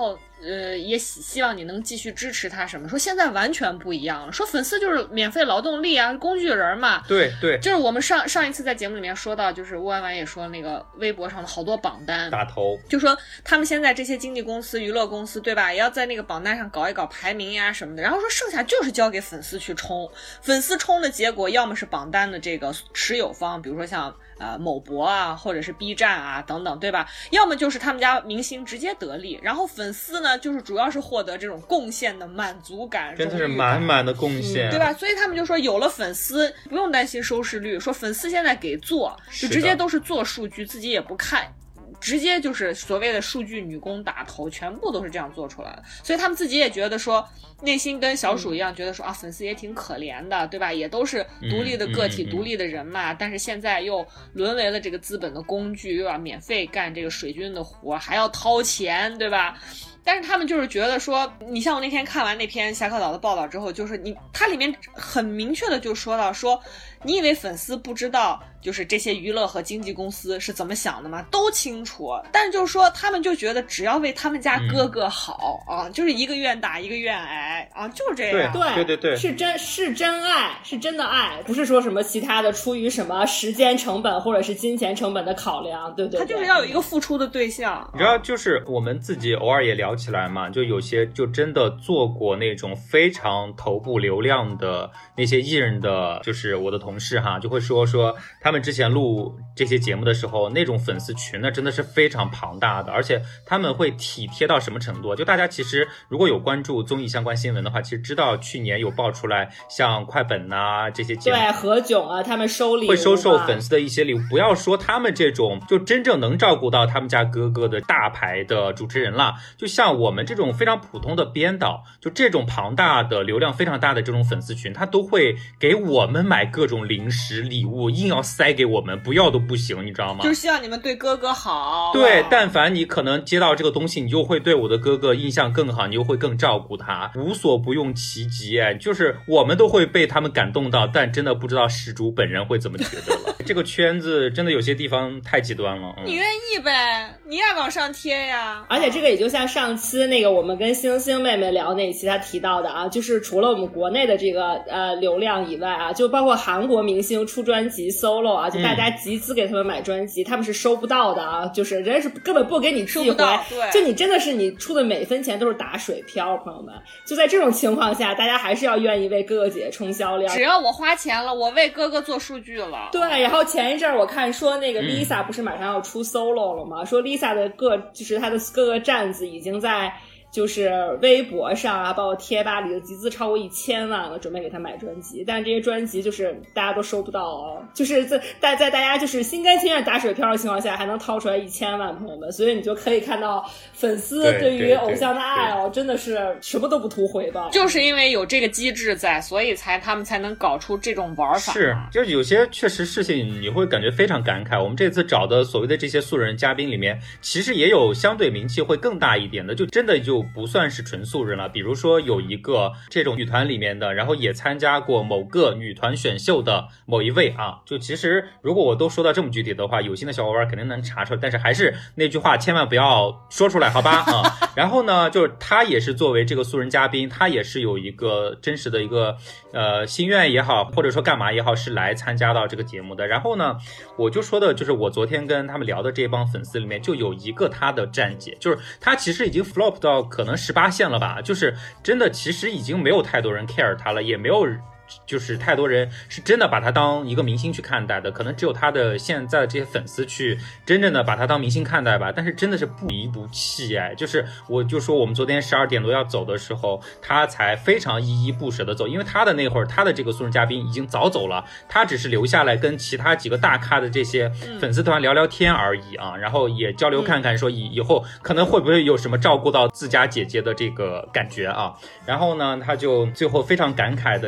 也希望你能继续支持他什么。说现在完全不一样了，说粉丝就是免费劳动力啊，工具人嘛。 对， 就是我们上一次在节目里面说到，就是乌婉婉也说那个微博上的好多榜单打头， 就说他们现在这些经纪公司、娱乐公司，对吧，也要在那个榜单上搞一搞排名呀什么的，然后说剩下就是交给粉丝去冲，粉丝冲的结果要么是榜单的这个持有方，比如说像某博啊，或者是 B 站啊等等，对吧？要么就是他们家明星直接得利，然后粉丝呢，就是主要是获得这种贡献的满足感， 真的是满满的贡献， 对吧？所以他们就说有了粉丝不用担心收视率，说粉丝现在给做，就直接都是做数据，自己也不看。直接就是所谓的数据女工打头，全部都是这样做出来的，所以他们自己也觉得说，内心跟小鼠一样，觉得说啊，粉丝也挺可怜的，对吧？也都是独立的个体、独立的人嘛，但是现在又沦为了这个资本的工具，又要免费干这个水军的活，还要掏钱，对吧？但是他们就是觉得说，你像我那天看完那篇侠客岛的报道之后，就是它里面很明确的就说到说，你以为粉丝不知道就是这些娱乐和经纪公司是怎么想的吗？都清楚，但是就是说他们就觉得只要为他们家哥哥好啊，就是一个愿打一个愿挨啊，就是这样。 对， 是真爱，是真的爱，不是说什么其他的出于什么时间成本或者是金钱成本的考量，对， 他就是要有一个付出的对象。 你知道，就是我们自己偶尔也聊起来嘛，就有些就真的做过那种非常头部流量的那些艺人的，就是我的同事哈，就会说他们之前录这些节目的时候，那种粉丝群呢真的是非常庞大的，而且他们会体贴到什么程度？就大家其实如果有关注综艺相关新闻的话，其实知道去年有爆出来像快本啊这些节目， 对何炅啊，他们收礼物会收受粉丝的一些礼物。不要说他们这种就真正能照顾到他们家哥哥的大牌的主持人了，就像我们这种非常普通的编导，就这种庞大的流量非常大的这种粉丝群，他都会给我们买各种零食礼物，硬要塞给我们，不要都不行，你知道吗？ 就是希望你们对哥哥好。 对，但凡你可能接到这个东西，你就会对我的哥哥印象更好，你就会更照顾他，无所不用其极。就是我们都会被他们感动到，但真的不知道施主本人会怎么觉得了。这个圈子真的有些地方太极端了。 你愿意呗，你也往上贴呀。 而且这个也就像上期那个我们跟星星妹妹聊那一期她提到的啊，就是除了我们国内的这个流量以外啊，就包括韩国明星出专辑 solo 啊，就大家集资给他们买专辑，他们是收不到的啊，就是人家是根本不给你寄回， 对， 就你真的是你出的每一分钱都是打水漂，朋友们。就在这种情况下，大家还是要愿意为哥哥姐冲销量。 只要我花钱了，我为哥哥做数据了。 对，然后前一阵我看说那个 Lisa 不是马上要出 solo 了吗？说 Lisa 的就是她的各个站子已经在就是微博上啊，包括贴吧里的集资超过1000万了，准备给他买专辑，但这些专辑就是大家都收不到哦，就是在大家就是心甘情愿打水漂的情况下，还能掏出来1000万，朋友们，所以你就可以看到粉丝对于偶像的爱哦，真的是什么都不图回报， 就是因为有这个机制在，所以他们才能搞出这种玩法。 是，就是有些确实事情你会感觉非常感慨。我们这次找的所谓的这些素人嘉宾里面，其实也有相对名气会更大一点的，就真的就不算是纯素人了。比如说有一个这种女团里面的，然后也参加过某个女团选秀的某一位啊，就其实如果我都说到这么具体的话，有心的小伙伴肯定能查出来，但是还是那句话，千万不要说出来，好吧啊。然后呢，就是他也是作为这个素人嘉宾，他也是有一个真实的一个心愿也好，或者说干嘛也好，是来参加到这个节目的。然后呢，我就说的就是我昨天跟他们聊的这帮粉丝里面，就有一个他的站姐，就是他其实已经 flop 到可能18线了吧，就是真的其实已经没有太多人 care 他了，也没有就是太多人是真的把他当一个明星去看待的，可能只有他的现在的这些粉丝去真正的把他当明星看待吧。但是真的是不离不弃就是我就说我们昨天12点多要走的时候，他才非常依依不舍的走，因为他的那会儿他的这个素人嘉宾已经早走了，他只是留下来跟其他几个大咖的这些粉丝团聊聊天而已啊，然后也交流看看说以后可能会不会有什么照顾到自家姐姐的这个感觉啊。然后呢，他就最后非常感慨的给我们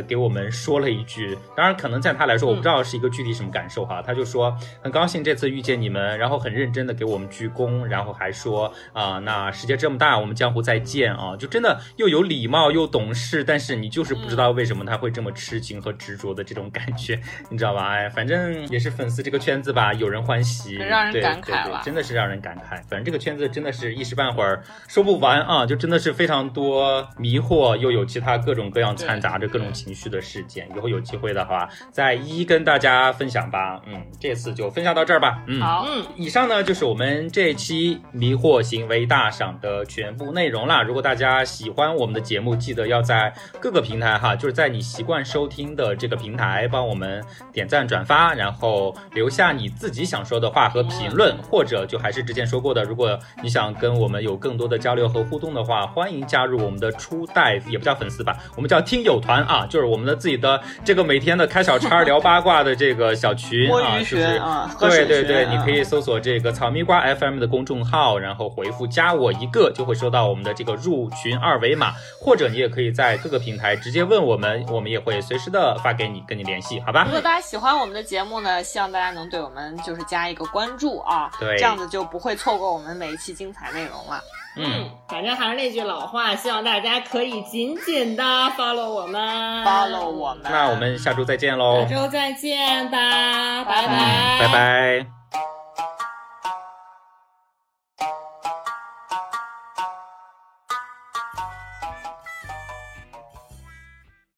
们说了一句，当然可能在他来说我不知道是一个具体什么感受哈，他就说很高兴这次遇见你们，然后很认真的给我们鞠躬，然后还说那世界这么大，我们江湖再见啊，就真的又有礼貌又懂事，但是你就是不知道为什么他会这么痴情和执着的这种感觉，你知道吧？哎，反正也是粉丝这个圈子吧，有人欢喜， 让人感慨了， 真的是让人感慨。反正这个圈子真的是一时半会儿说不完啊，就真的是非常多迷惑，又有其他各种各样掺杂着各种情绪的事件。以后有机会的话，再一一跟大家分享吧。这次就分享到这儿吧。 好， 以上呢就是我们这期迷惑行为大赏的全部内容啦。如果大家喜欢我们的节目，记得要在各个平台哈，就是在你习惯收听的这个平台帮我们点赞转发，然后留下你自己想说的话和评论，或者就还是之前说过的，如果你想跟我们有更多的交流和互动的话，欢迎加入我们的初代，也不叫粉丝吧，我们叫听友团啊，就是我们的自己的这个每天的开小差聊八卦的这个小群啊，就是对，你可以搜索这个草蜜瓜 FM 的公众号，然后回复加我一个，就会收到我们的这个入群二维码，或者你也可以在各个平台直接问我们，我们也会随时的发给你，跟你联系，好吧？ 如果大家喜欢我们的节目呢，希望大家能对我们就是加一个关注啊， 对， 这样子就不会错过我们每一期精彩内容了。 反正还是那句老话，希望大家可以紧紧的 follow 我们。 那我们下周再见喽！ 下周再见吧，拜拜， 拜拜。